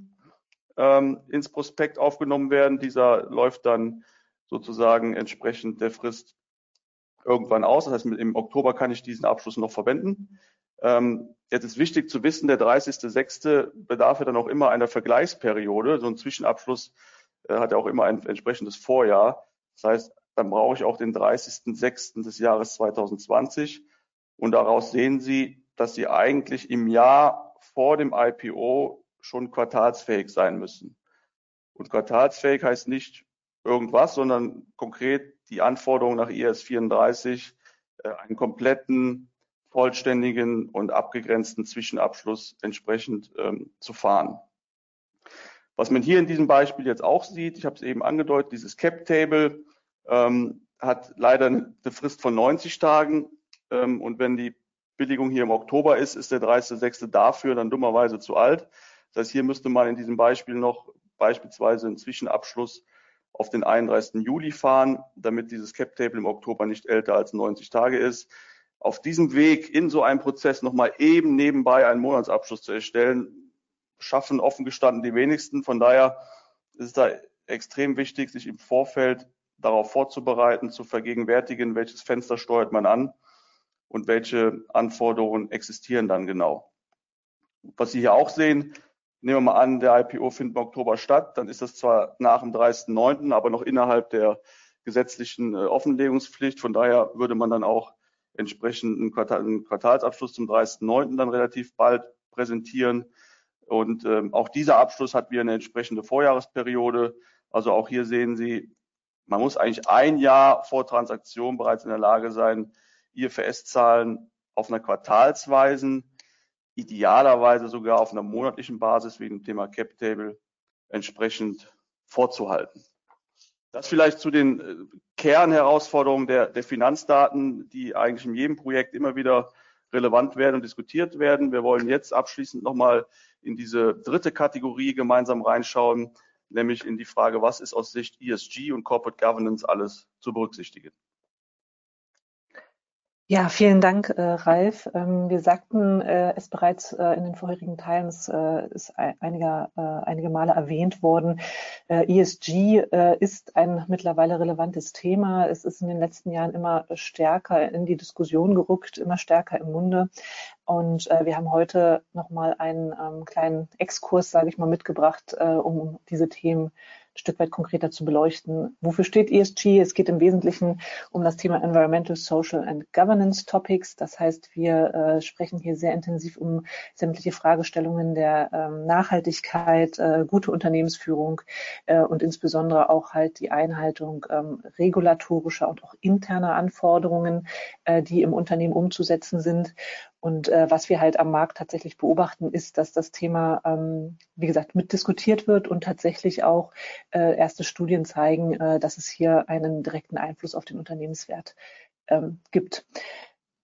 Ins Prospekt aufgenommen werden. Dieser läuft dann sozusagen entsprechend der Frist irgendwann aus. Das heißt, im Oktober kann ich diesen Abschluss noch verwenden. Jetzt ist wichtig zu wissen, der 30.06. bedarf ja dann auch immer einer Vergleichsperiode. So ein Zwischenabschluss hat ja auch immer ein entsprechendes Vorjahr. Das heißt, dann brauche ich auch den 30.06. des Jahres 2020. Und daraus sehen Sie, dass Sie eigentlich im Jahr vor dem IPO schon quartalsfähig sein müssen. Und quartalsfähig heißt nicht irgendwas, sondern konkret die Anforderung nach IAS 34, einen kompletten, vollständigen und abgegrenzten Zwischenabschluss entsprechend zu fahren. Was man hier in diesem Beispiel jetzt auch sieht, ich habe es eben angedeutet, dieses Cap-Table hat leider eine Frist von 90 Tagen und wenn die Billigung hier im Oktober ist, ist der 30.06. dafür dann dummerweise zu alt. Das heißt, hier müsste man in diesem Beispiel noch beispielsweise einen Zwischenabschluss auf den 31. Juli fahren, damit dieses Cap-Table im Oktober nicht älter als 90 Tage ist. Auf diesem Weg in so einem Prozess nochmal eben nebenbei einen Monatsabschluss zu erstellen, schaffen offen gestanden die wenigsten. Von daher ist es da extrem wichtig, sich im Vorfeld darauf vorzubereiten, zu vergegenwärtigen, welches Fenster steuert man an und welche Anforderungen existieren dann genau. Was Sie hier auch sehen, nehmen wir mal an, der IPO findet im Oktober statt, dann ist das zwar nach dem 30.09., aber noch innerhalb der gesetzlichen Offenlegungspflicht. Von daher würde man dann auch entsprechend einen Quartalsabschluss zum 30.09. dann relativ bald präsentieren. Und auch dieser Abschluss hat wieder eine entsprechende Vorjahresperiode. Also auch hier sehen Sie, man muss eigentlich ein Jahr vor Transaktion bereits in der Lage sein, IFRS-Zahlen auf einer quartalsweisen, idealerweise sogar auf einer monatlichen Basis wegen dem Thema Cap-Table entsprechend vorzuhalten. Das vielleicht zu den Kernherausforderungen der Finanzdaten, die eigentlich in jedem Projekt immer wieder relevant werden und diskutiert werden. Wir wollen jetzt abschließend nochmal in diese dritte Kategorie gemeinsam reinschauen, nämlich in die Frage, was ist aus Sicht ESG und Corporate Governance alles zu berücksichtigen. Ja, vielen Dank, Ralf. Wir sagten es bereits in den vorherigen Teilen, es ist einige Male erwähnt worden. ESG ist ein mittlerweile relevantes Thema. Es ist in den letzten Jahren immer stärker in die Diskussion gerückt, immer stärker im Munde. Und wir haben heute nochmal einen kleinen Exkurs, sage ich mal, mitgebracht, um diese Themen ein Stück weit konkreter zu beleuchten. Wofür steht ESG? Es geht im Wesentlichen um das Thema Environmental, Social and Governance Topics. Das heißt, wir sprechen hier sehr intensiv um sämtliche Fragestellungen der Nachhaltigkeit, gute Unternehmensführung und insbesondere auch halt die Einhaltung regulatorischer und auch interner Anforderungen, die im Unternehmen umzusetzen sind. Und was wir halt am Markt tatsächlich beobachten, ist, dass das Thema, wie gesagt, mitdiskutiert wird und tatsächlich auch erste Studien zeigen, dass es hier einen direkten Einfluss auf den Unternehmenswert gibt.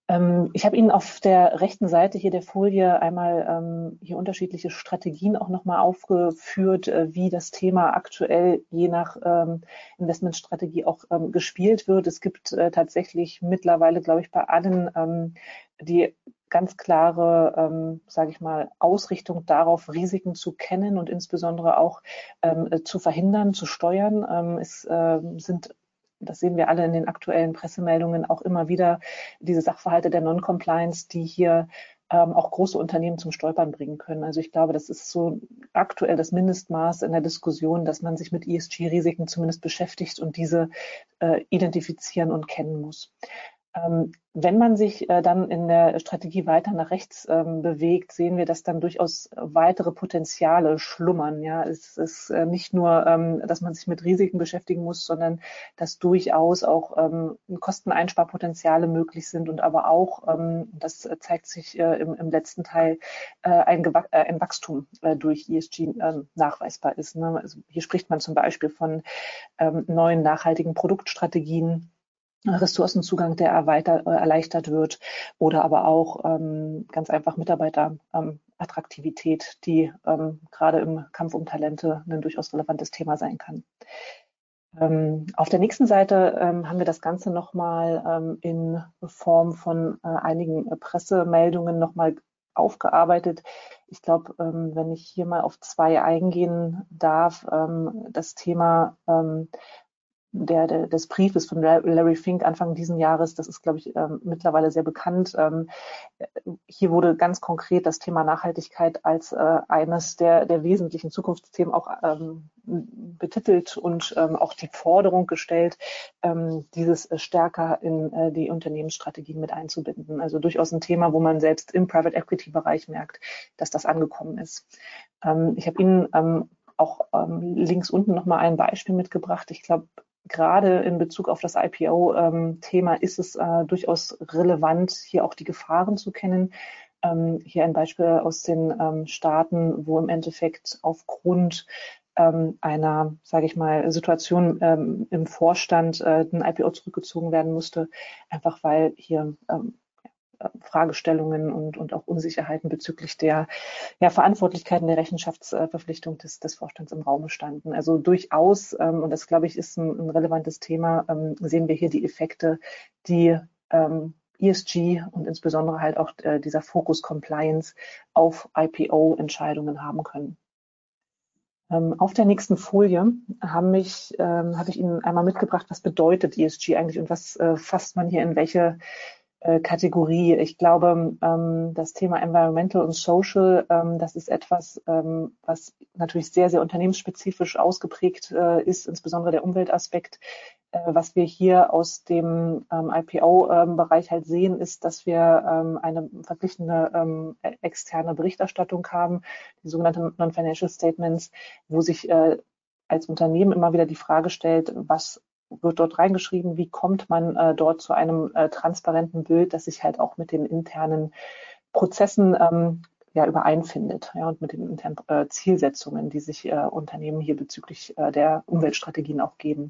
Ich habe Ihnen auf der rechten Seite hier der Folie einmal hier unterschiedliche Strategien auch nochmal aufgeführt, wie das Thema aktuell je nach Investmentstrategie auch gespielt wird. Es gibt tatsächlich mittlerweile, glaube ich, bei allen die ganz klare, sage ich mal, Ausrichtung darauf, Risiken zu kennen und insbesondere auch zu verhindern, zu steuern. Es sind, das sehen wir alle in den aktuellen Pressemeldungen, auch immer wieder diese Sachverhalte der Non-Compliance, die hier auch große Unternehmen zum Stolpern bringen können. Also ich glaube, das ist so aktuell das Mindestmaß in der Diskussion, dass man sich mit ESG-Risiken zumindest beschäftigt und diese identifizieren und kennen muss. Wenn man sich dann in der Strategie weiter nach rechts bewegt, sehen wir, dass dann durchaus weitere Potenziale schlummern. Ja, es ist nicht nur, dass man sich mit Risiken beschäftigen muss, sondern dass durchaus auch Kosteneinsparpotenziale möglich sind und aber auch, das zeigt sich im letzten Teil, ein Wachstum durch ESG nachweisbar ist. Ne? Also hier spricht man zum Beispiel von neuen nachhaltigen Produktstrategien, Ressourcenzugang, der erleichtert wird, oder aber auch ganz einfach Mitarbeiterattraktivität, die gerade im Kampf um Talente ein durchaus relevantes Thema sein kann. Auf der nächsten Seite haben wir das Ganze nochmal in Form von einigen Pressemeldungen nochmal aufgearbeitet. Ich glaube, wenn ich hier mal auf 2 eingehen darf, das Thema des Briefes von Larry Fink Anfang diesen Jahres, das ist, glaube ich, mittlerweile sehr bekannt. Hier wurde ganz konkret das Thema Nachhaltigkeit als eines der wesentlichen Zukunftsthemen auch betitelt und auch die Forderung gestellt, dieses stärker in die Unternehmensstrategien mit einzubinden. Also durchaus ein Thema, wo man selbst im Private Equity Bereich merkt, dass das angekommen ist. Ich habe Ihnen auch links unten nochmal ein Beispiel mitgebracht. Ich glaube, gerade in Bezug auf das IPO-Thema ist es durchaus relevant, hier auch die Gefahren zu kennen. Hier ein Beispiel aus den Staaten, wo im Endeffekt aufgrund einer, sage ich mal, Situation im Vorstand ein IPO zurückgezogen werden musste, einfach weil hier Fragestellungen und auch Unsicherheiten bezüglich der Verantwortlichkeiten der Rechenschaftsverpflichtung des Vorstands im Raum standen. Also durchaus, und das, glaube ich, ist ein relevantes Thema, sehen wir hier die Effekte, die ESG und insbesondere halt auch dieser Fokus Compliance auf IPO-Entscheidungen haben können. Auf der nächsten Folie habe ich Ihnen einmal mitgebracht, was bedeutet ESG eigentlich und was fasst man hier in welche Kategorie. Ich glaube, das Thema Environmental und Social, das ist etwas, was natürlich sehr, sehr unternehmensspezifisch ausgeprägt ist, insbesondere der Umweltaspekt. Was wir hier aus dem IPO-Bereich halt sehen, ist, dass wir eine verpflichtende externe Berichterstattung haben, die sogenannten Non-Financial Statements, wo sich als Unternehmen immer wieder die Frage stellt, was wird dort reingeschrieben, wie kommt man dort zu einem transparenten Bild, das sich halt auch mit den internen Prozessen übereinfindet, ja, und mit den internen Zielsetzungen, die sich Unternehmen hier bezüglich der Umweltstrategien auch geben.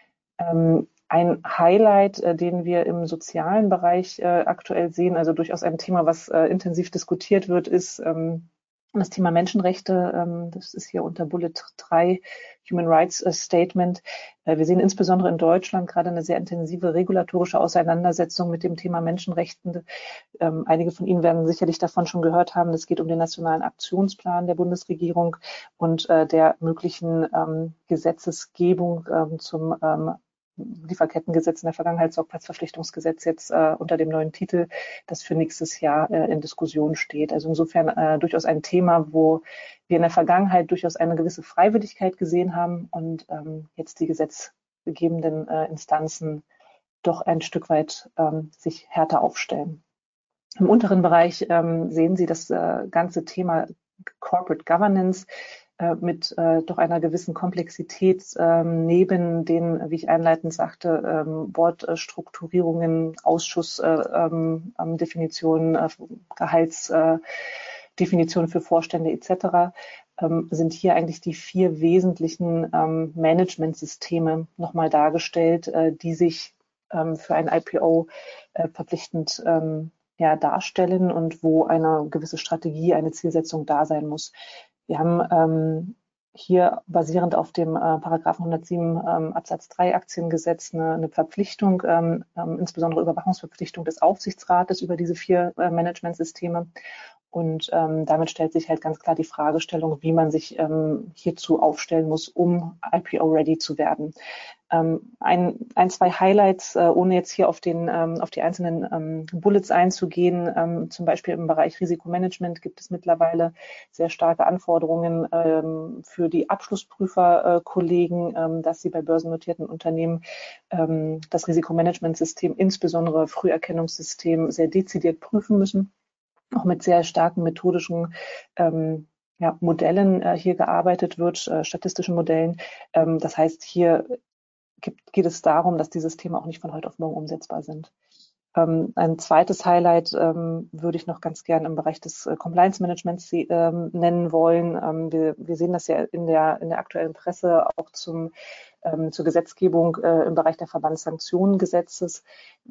Ein Highlight, den wir im sozialen Bereich aktuell sehen, also durchaus ein Thema, was intensiv diskutiert wird, ist das Thema Menschenrechte. Das ist hier unter Bullet 3 Human Rights Statement. Wir sehen insbesondere in Deutschland gerade eine sehr intensive regulatorische Auseinandersetzung mit dem Thema Menschenrechte. Einige von Ihnen werden sicherlich davon schon gehört haben. Es geht um den Nationalen Aktionsplan der Bundesregierung und der möglichen Gesetzesgebung zum Lieferkettengesetz in der Vergangenheit, Sorgfaltsverpflichtungsgesetz jetzt unter dem neuen Titel, das für nächstes Jahr in Diskussion steht. Also insofern durchaus ein Thema, wo wir in der Vergangenheit durchaus eine gewisse Freiwilligkeit gesehen haben und jetzt die gesetzgebenden Instanzen doch ein Stück weit sich härter aufstellen. Im unteren Bereich sehen Sie das ganze Thema Corporate Governance mit doch einer gewissen Komplexität neben den, wie ich einleitend sagte, Boardstrukturierungen, Ausschussdefinitionen, Gehaltsdefinitionen für Vorstände etc. Sind hier eigentlich die 4 wesentlichen Managementsysteme nochmal dargestellt, die sich für ein IPO verpflichtend darstellen und wo eine gewisse Strategie, eine Zielsetzung da sein muss. Wir haben hier basierend auf dem Paragraphen 107 Absatz 3 Aktiengesetz eine Verpflichtung, insbesondere Überwachungsverpflichtung des Aufsichtsrates über diese 4 Managementsysteme. Und damit stellt sich halt ganz klar die Fragestellung, wie man sich hierzu aufstellen muss, um IPO-ready zu werden. Zwei Highlights, ohne jetzt hier auf die einzelnen Bullets einzugehen. Zum Beispiel im Bereich Risikomanagement gibt es mittlerweile sehr starke Anforderungen für die Abschlussprüferkollegen, dass sie bei börsennotierten Unternehmen das Risikomanagementsystem, insbesondere Früherkennungssystem, sehr dezidiert prüfen müssen. Auch mit sehr starken methodischen Modellen hier gearbeitet wird, statistischen Modellen. Das heißt, hier geht es darum, dass die Systeme auch nicht von heute auf morgen umsetzbar sind. Ein zweites Highlight würde ich noch ganz gern im Bereich des Compliance Managements nennen wollen. Wir sehen das ja in der aktuellen Presse auch zur Gesetzgebung im Bereich der Verbandssanktionengesetzes.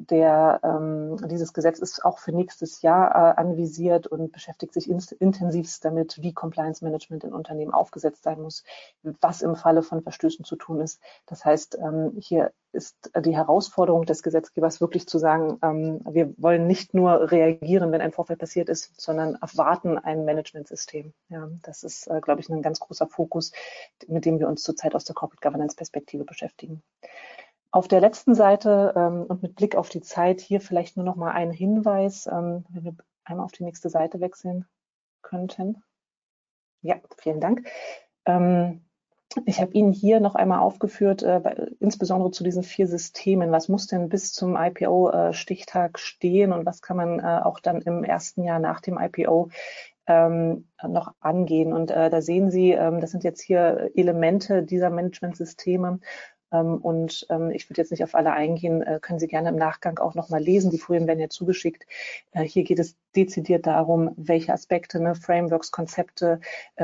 Dieses Gesetz ist auch für nächstes Jahr anvisiert und beschäftigt sich intensivst damit, wie Compliance Management in Unternehmen aufgesetzt sein muss, was im Falle von Verstößen zu tun ist. Das heißt, hier ist die Herausforderung des Gesetzgebers wirklich zu sagen, wir wollen nicht nur reagieren, wenn ein Vorfall passiert ist, sondern erwarten ein Managementsystem. Ja, das ist, glaube ich, ein ganz großer Fokus, mit dem wir uns zurzeit aus der Corporate Governance Perspektive beschäftigen. Auf der letzten Seite und mit Blick auf die Zeit hier vielleicht nur noch mal ein Hinweis, wenn wir einmal auf die nächste Seite wechseln könnten. Ja, vielen Dank. Ich habe Ihnen hier noch einmal aufgeführt, insbesondere zu diesen 4 Systemen. Was muss denn bis zum IPO-Stichtag stehen und was kann man auch dann im ersten Jahr nach dem IPO noch angehen? Und da sehen Sie, das sind jetzt hier Elemente dieser Managementsysteme. Und ich würde jetzt nicht auf alle eingehen, können Sie gerne im Nachgang auch nochmal lesen. Die Folien werden ja zugeschickt. Hier geht es dezidiert darum, welche Aspekte, Frameworks, Konzepte,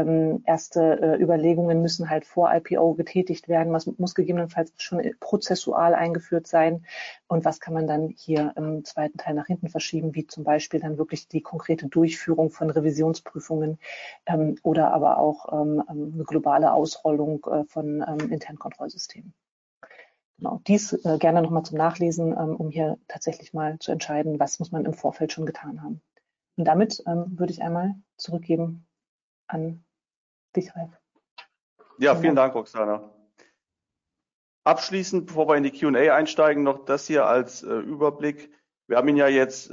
erste Überlegungen müssen halt vor IPO getätigt werden. Was muss gegebenenfalls schon prozessual eingeführt sein? Und was kann man dann hier im zweiten Teil nach hinten verschieben, wie zum Beispiel dann wirklich die konkrete Durchführung von Revisionsprüfungen oder aber auch eine globale Ausrollung von internen Kontrollsystemen. Genau, dies gerne nochmal zum Nachlesen, um hier tatsächlich mal zu entscheiden, was muss man im Vorfeld schon getan haben. Und damit würde ich einmal zurückgeben an dich, Ralf. Ja, vielen Dank, Roxana. Abschließend, bevor wir in die Q&A einsteigen, noch das hier als Überblick. Wir haben Ihnen ja jetzt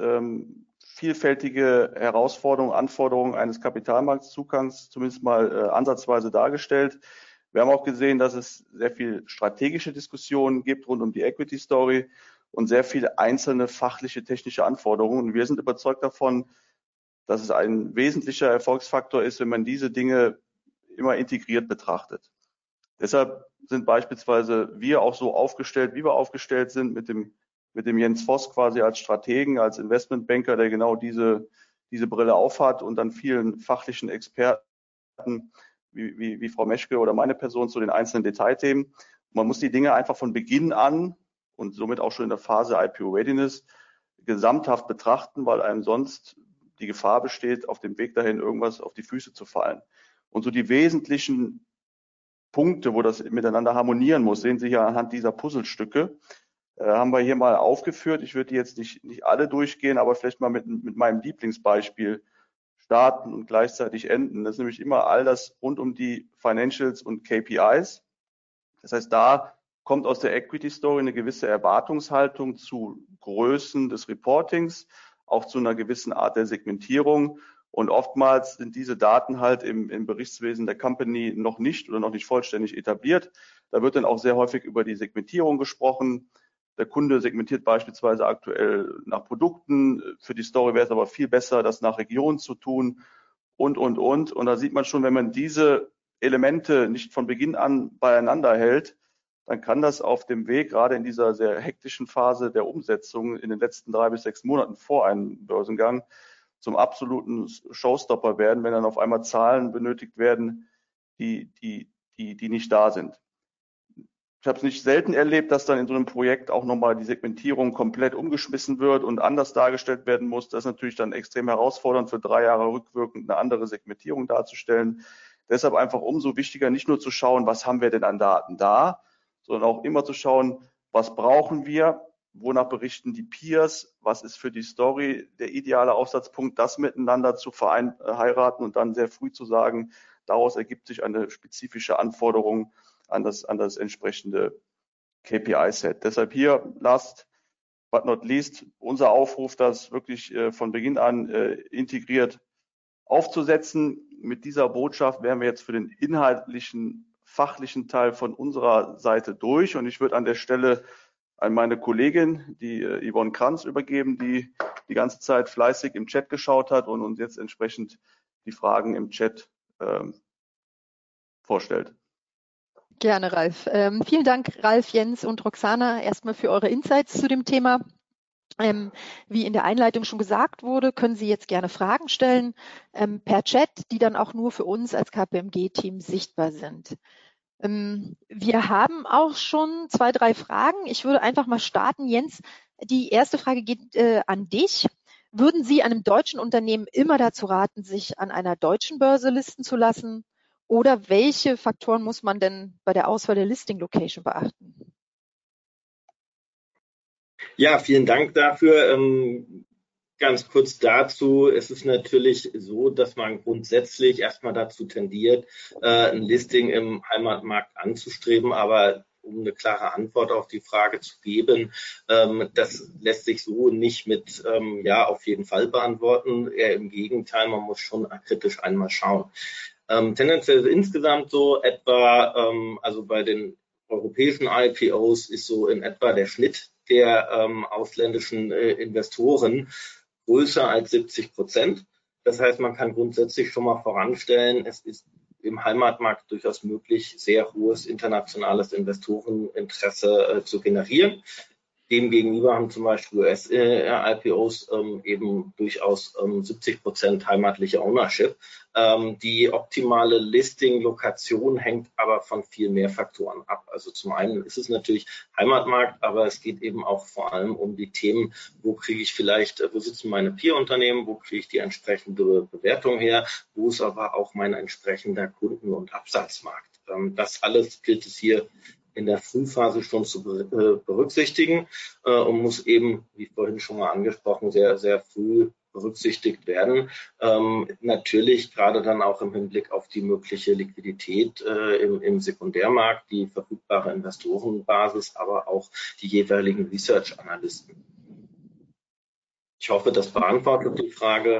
vielfältige Herausforderungen, Anforderungen eines Kapitalmarktzugangs zumindest mal ansatzweise dargestellt. Wir haben auch gesehen, dass es sehr viel strategische Diskussionen gibt rund um die Equity Story und sehr viele einzelne fachliche, technische Anforderungen. Und wir sind überzeugt davon, dass es ein wesentlicher Erfolgsfaktor ist, wenn man diese Dinge immer integriert betrachtet. Deshalb sind beispielsweise wir auch so aufgestellt, wie wir aufgestellt sind, mit dem Jens Voss quasi als Strategen, als Investmentbanker, der genau diese Brille aufhat und dann vielen fachlichen Experten wie Frau Meschke oder meine Person zu den einzelnen Detailthemen. Man muss die Dinge einfach von Beginn an und somit auch schon in der Phase IPO Readiness gesamthaft betrachten, weil einem sonst die Gefahr besteht, auf dem Weg dahin irgendwas auf die Füße zu fallen. Und so die wesentlichen Punkte, wo das miteinander harmonieren muss, sehen Sie hier anhand dieser Puzzlestücke, haben wir hier mal aufgeführt. Ich würde die jetzt nicht alle durchgehen, aber vielleicht mal mit meinem Lieblingsbeispiel starten und gleichzeitig enden. Das ist nämlich immer all das rund um die Financials und KPIs. Das heißt, da kommt aus der Equity Story eine gewisse Erwartungshaltung zu Größen des Reportings, auch zu einer gewissen Art der Segmentierung. Und oftmals sind diese Daten halt im Berichtswesen der Company noch nicht vollständig etabliert. Da wird dann auch sehr häufig über die Segmentierung gesprochen. Der Kunde segmentiert beispielsweise aktuell nach Produkten. Für die Story wäre es aber viel besser, das nach Regionen zu tun und. Und da sieht man schon, wenn man diese Elemente nicht von Beginn an beieinander hält, dann kann das auf dem Weg, gerade in dieser sehr hektischen Phase der Umsetzung in den letzten 3 bis 6 Monaten vor einem Börsengang, zum absoluten Showstopper werden, wenn dann auf einmal Zahlen benötigt werden, die nicht da sind. Ich habe es nicht selten erlebt, dass dann in so einem Projekt auch nochmal die Segmentierung komplett umgeschmissen wird und anders dargestellt werden muss. Das ist natürlich dann extrem herausfordernd, für 3 Jahre rückwirkend eine andere Segmentierung darzustellen. Deshalb einfach umso wichtiger, nicht nur zu schauen, was haben wir denn an Daten da, sondern auch immer zu schauen, was brauchen wir, wonach berichten die Peers, was ist für die Story der ideale Aufsatzpunkt, das miteinander zu heiraten und dann sehr früh zu sagen, daraus ergibt sich eine spezifische Anforderung an das entsprechende KPI-Set. Deshalb hier, last but not least, unser Aufruf, das wirklich von Beginn an integriert aufzusetzen. Mit dieser Botschaft wären wir jetzt für den inhaltlichen, fachlichen Teil von unserer Seite durch. Und ich würde an der Stelle an meine Kollegin, die Yvonne Kranz, übergeben, die die ganze Zeit fleißig im Chat geschaut hat und uns jetzt entsprechend die Fragen im Chat vorstellt. Gerne, Ralf. Vielen Dank, Ralf, Jens und Roxana, erstmal für eure Insights zu dem Thema. Wie in der Einleitung schon gesagt wurde, können Sie jetzt gerne Fragen stellen per Chat, die dann auch nur für uns als KPMG-Team sichtbar sind. Wir haben auch schon 2, 3 Fragen. Ich würde einfach mal starten. Jens, die erste Frage geht an dich. Würden Sie einem deutschen Unternehmen immer dazu raten, sich an einer deutschen Börse listen zu lassen? Oder welche Faktoren muss man denn bei der Auswahl der Listing-Location beachten? Ja, vielen Dank dafür. Ganz kurz dazu, es ist natürlich so, dass man grundsätzlich erstmal dazu tendiert, ein Listing im Heimatmarkt anzustreben, aber um eine klare Antwort auf die Frage zu geben, das lässt sich so nicht mit ja auf jeden Fall beantworten. Eher im Gegenteil, man muss schon kritisch einmal schauen. Tendenziell insgesamt so etwa, also bei den europäischen IPOs ist so in etwa der Schnitt der ausländischen Investoren größer als 70%. Das heißt, man kann grundsätzlich schon mal voranstellen, es ist im Heimatmarkt durchaus möglich, sehr hohes internationales Investoreninteresse zu generieren. Demgegenüber haben zum Beispiel US-IPOs eben durchaus 70% heimatliche Ownership. Die optimale Listing-Lokation hängt aber von viel mehr Faktoren ab. Also zum einen ist es natürlich Heimatmarkt, aber es geht eben auch vor allem um die Themen, wo sitzen meine Peer-Unternehmen, wo kriege ich die entsprechende Bewertung her, wo ist aber auch mein entsprechender Kunden- und Absatzmarkt. Das alles gilt es hier in der Frühphase schon zu berücksichtigen und muss eben, wie vorhin schon mal angesprochen, sehr, sehr früh berücksichtigt werden. Natürlich gerade dann auch im Hinblick auf die mögliche Liquidität im Sekundärmarkt, die verfügbare Investorenbasis, aber auch die jeweiligen Research-Analysten. Ich hoffe, das beantwortet die Frage.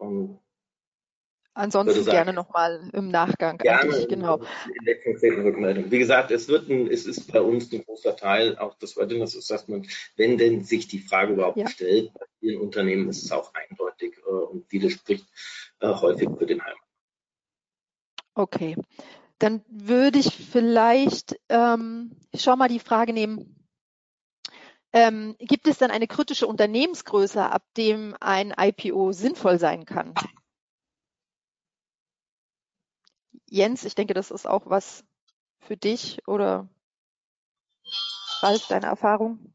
Ansonsten gerne nochmal im Nachgang. Gerne an dich, genau. In der konkreten Rückmeldung. Wie gesagt, es ist bei uns ein großer Teil auch des Readiness Assessment, wenn denn sich die Frage überhaupt stellt. Bei vielen Unternehmen ist es auch eindeutig und widerspricht häufig für den Heimat. Okay, dann würde ich vielleicht schon mal die Frage nehmen, gibt es dann eine kritische Unternehmensgröße, ab dem ein IPO sinnvoll sein kann? Jens, ich denke, das ist auch was für dich, oder Ralf, deine Erfahrung?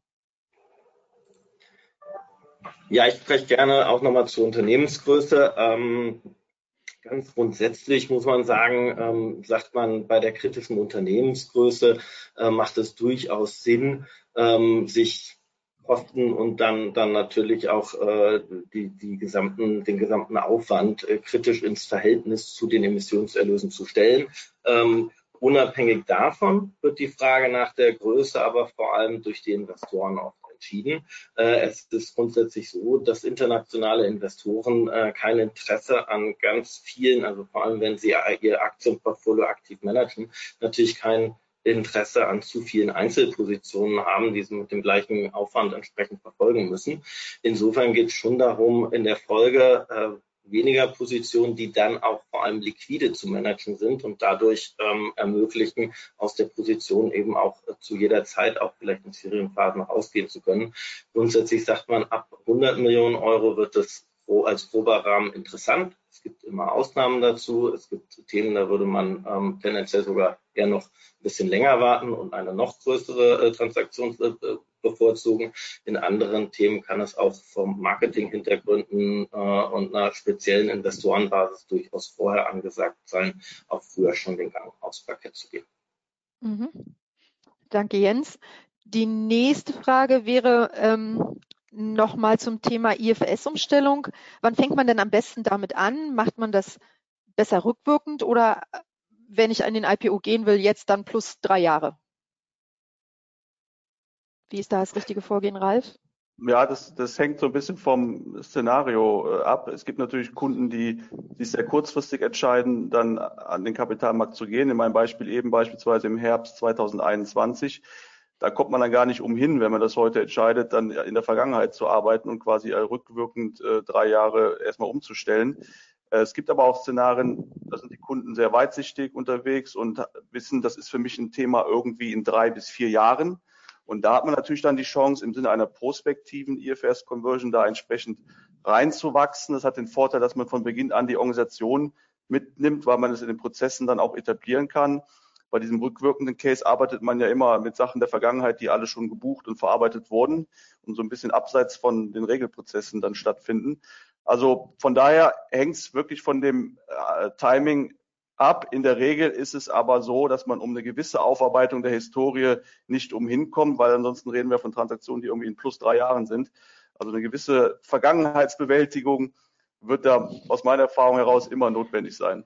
Ja, ich spreche gerne auch nochmal zur Unternehmensgröße. Ganz grundsätzlich muss man sagen, sagt man, bei der kritischen Unternehmensgröße macht es durchaus Sinn, sich Kosten und dann natürlich auch den gesamten Aufwand kritisch ins Verhältnis zu den Emissionserlösen zu stellen. Unabhängig davon wird die Frage nach der Größe aber vor allem durch die Investoren auch entschieden. Es ist grundsätzlich so, dass internationale Investoren kein Interesse an ganz vielen, also vor allem wenn sie ihr Aktienportfolio aktiv managen, natürlich kein Interesse an zu vielen Einzelpositionen haben, die sie mit dem gleichen Aufwand entsprechend verfolgen müssen. Insofern geht es schon darum, in der Folge weniger Positionen, die dann auch vor allem liquide zu managen sind und dadurch ermöglichen, aus der Position eben auch zu jeder Zeit auch vielleicht in schwierigen Phasen rausgehen zu können. Grundsätzlich sagt man, ab 100 Millionen Euro wird es als grober Rahmen interessant. Es gibt immer Ausnahmen dazu. Es gibt Themen, da würde man tendenziell sogar eher noch ein bisschen länger warten und eine noch größere Transaktion bevorzugen. In anderen Themen kann es auch vom Marketing-Hintergründen und einer speziellen Investorenbasis durchaus vorher angesagt sein, auch früher schon den Gang aufs Parkett zu gehen. Mhm. Danke, Jens. Die nächste Frage wäre nochmal zum Thema IFRS-Umstellung. Wann fängt man denn am besten damit an? Macht man das besser rückwirkend oder wenn ich an den IPO gehen will, jetzt dann plus 3 Jahre? Wie ist da das richtige Vorgehen, Ralf? Ja, das hängt so ein bisschen vom Szenario ab. Es gibt natürlich Kunden, die sich sehr kurzfristig entscheiden, dann an den Kapitalmarkt zu gehen. In meinem Beispiel eben beispielsweise im Herbst 2021. Da kommt man dann gar nicht umhin, wenn man das heute entscheidet, dann in der Vergangenheit zu arbeiten und quasi rückwirkend 3 Jahre erstmal umzustellen. Es gibt aber auch Szenarien, da sind die Kunden sehr weitsichtig unterwegs und wissen, das ist für mich ein Thema irgendwie in 3 bis 4 Jahren. Und da hat man natürlich dann die Chance, im Sinne einer prospektiven IFRS-Conversion da entsprechend reinzuwachsen. Das hat den Vorteil, dass man von Beginn an die Organisation mitnimmt, weil man es in den Prozessen dann auch etablieren kann. Bei diesem rückwirkenden Case arbeitet man ja immer mit Sachen der Vergangenheit, die alle schon gebucht und verarbeitet wurden und so ein bisschen abseits von den Regelprozessen dann stattfinden. Also von daher hängt es wirklich von dem Timing ab. In der Regel ist es aber so, dass man um eine gewisse Aufarbeitung der Historie nicht umhin kommt, weil ansonsten reden wir von Transaktionen, die irgendwie in plus 3 Jahren sind. Also eine gewisse Vergangenheitsbewältigung wird da aus meiner Erfahrung heraus immer notwendig sein.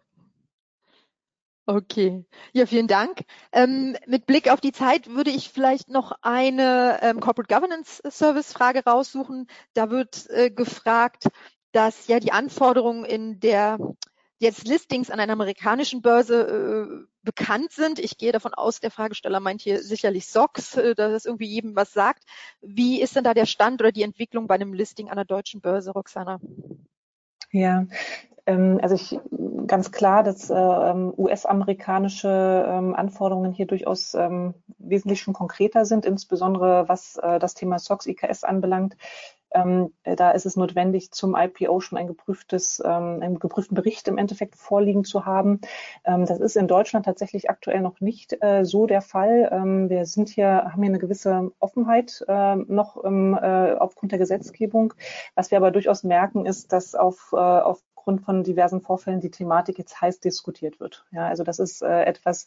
Okay, ja, vielen Dank. Mit Blick auf die Zeit würde ich vielleicht noch eine Corporate Governance Service Frage raussuchen. Da wird gefragt, dass ja die Anforderungen in der jetzt Listings an einer amerikanischen Börse bekannt sind. Ich gehe davon aus, der Fragesteller meint hier sicherlich SOX, dass das irgendwie jedem was sagt. Wie ist denn da der Stand oder die Entwicklung bei einem Listing an einer deutschen Börse, Roxana? Ja, also ganz klar, dass US-amerikanische Anforderungen hier durchaus wesentlich schon konkreter sind, insbesondere was das Thema SOX, IKS anbelangt. Da ist es notwendig, zum IPO schon einen geprüften Bericht im Endeffekt vorliegen zu haben. Das ist in Deutschland tatsächlich aktuell noch nicht so der Fall. Haben hier eine gewisse Offenheit noch aufgrund der Gesetzgebung. Was wir aber durchaus merken, ist, dass aufgrund von diversen Vorfällen die Thematik jetzt heiß diskutiert wird. Ja, also das ist etwas,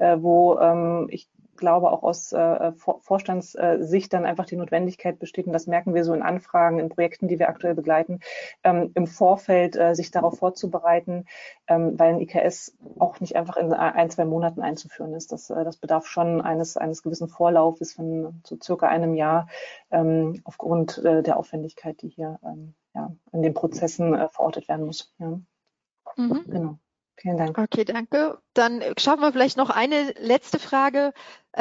wo ich glaube, auch aus Vorstandssicht dann einfach die Notwendigkeit besteht, und das merken wir so in Anfragen, in Projekten, die wir aktuell begleiten, im Vorfeld sich darauf vorzubereiten, weil ein IKS auch nicht einfach in 1-2 Monaten einzuführen ist. Das bedarf schon eines gewissen Vorlaufes von so circa einem Jahr aufgrund der Aufwendigkeit, die hier in den Prozessen verortet werden muss. Ja. Mhm. Genau. Vielen Dank. Okay, danke. Dann schaffen wir vielleicht noch eine letzte Frage.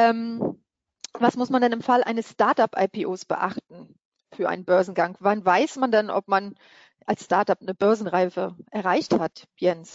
Was muss man denn im Fall eines Startup-IPOs beachten für einen Börsengang? Wann weiß man denn, ob man als Startup eine Börsenreife erreicht hat, Jens?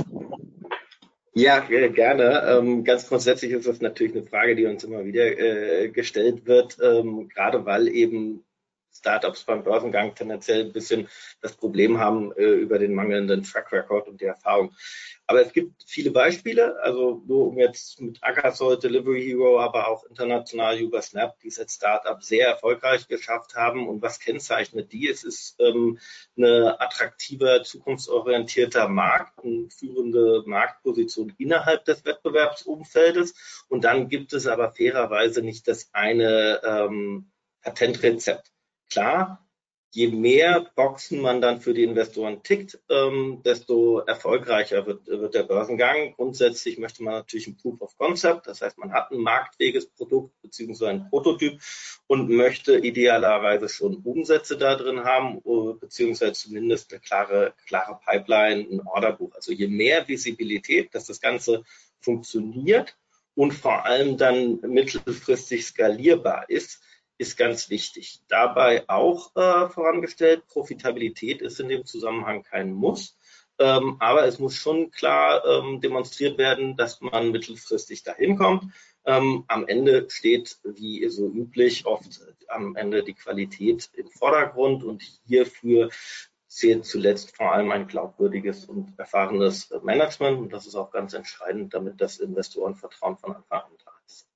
Ja, gerne. Ganz grundsätzlich ist das natürlich eine Frage, die uns immer wieder gestellt wird, gerade weil eben Startups beim Börsengang tendenziell ein bisschen das Problem haben über den mangelnden Track Record und die Erfahrung. Aber es gibt viele Beispiele, also nur um jetzt mit Akasol, Delivery Hero, aber auch international über Snap, die es als Startup sehr erfolgreich geschafft haben. Und was kennzeichnet die? Es ist eine attraktiver, zukunftsorientierter Markt, eine führende Marktposition innerhalb des Wettbewerbsumfeldes. Und dann gibt es aber fairerweise nicht das eine Patentrezept. Klar, je mehr Boxen man dann für die Investoren tickt, desto erfolgreicher wird der Börsengang. Grundsätzlich möchte man natürlich ein Proof of Concept, das heißt, man hat ein marktfähiges Produkt bzw. ein Prototyp und möchte idealerweise schon Umsätze da drin haben, beziehungsweise zumindest eine klare Pipeline, ein Orderbuch. Also je mehr Visibilität, dass das Ganze funktioniert und vor allem dann mittelfristig skalierbar ist ganz wichtig. Dabei auch vorangestellt, Profitabilität ist in dem Zusammenhang kein Muss, aber es muss schon klar demonstriert werden, dass man mittelfristig dahin kommt. Am Ende steht, wie so üblich, oft am Ende die Qualität im Vordergrund und hierfür zählt zuletzt vor allem ein glaubwürdiges und erfahrenes Management. Und das ist auch ganz entscheidend, damit das Investorenvertrauen von Anfang an da ist.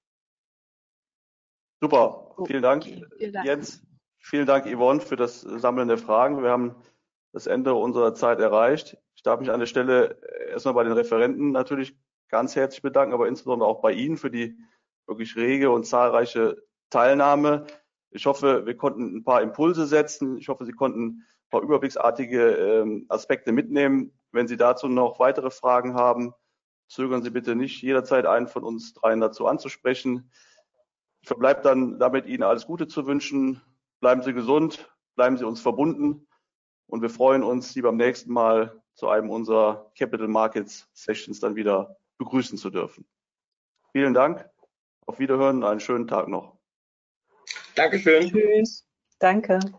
Super, vielen Dank, Vielen Dank. Jens. Vielen Dank, Yvonne, für das Sammeln der Fragen. Wir haben das Ende unserer Zeit erreicht. Ich darf mich an der Stelle erstmal bei den Referenten natürlich ganz herzlich bedanken, aber insbesondere auch bei Ihnen für die wirklich rege und zahlreiche Teilnahme. Ich hoffe, wir konnten ein paar Impulse setzen. Ich hoffe, Sie konnten ein paar überblicksartige Aspekte mitnehmen. Wenn Sie dazu noch weitere Fragen haben, zögern Sie bitte nicht, jederzeit einen von uns dreien dazu anzusprechen. Ich verbleibe dann damit, Ihnen alles Gute zu wünschen. Bleiben Sie gesund, bleiben Sie uns verbunden und wir freuen uns, Sie beim nächsten Mal zu einem unserer Capital Markets Sessions dann wieder begrüßen zu dürfen. Vielen Dank, auf Wiederhören und einen schönen Tag noch. Dankeschön. Tschüss. Danke.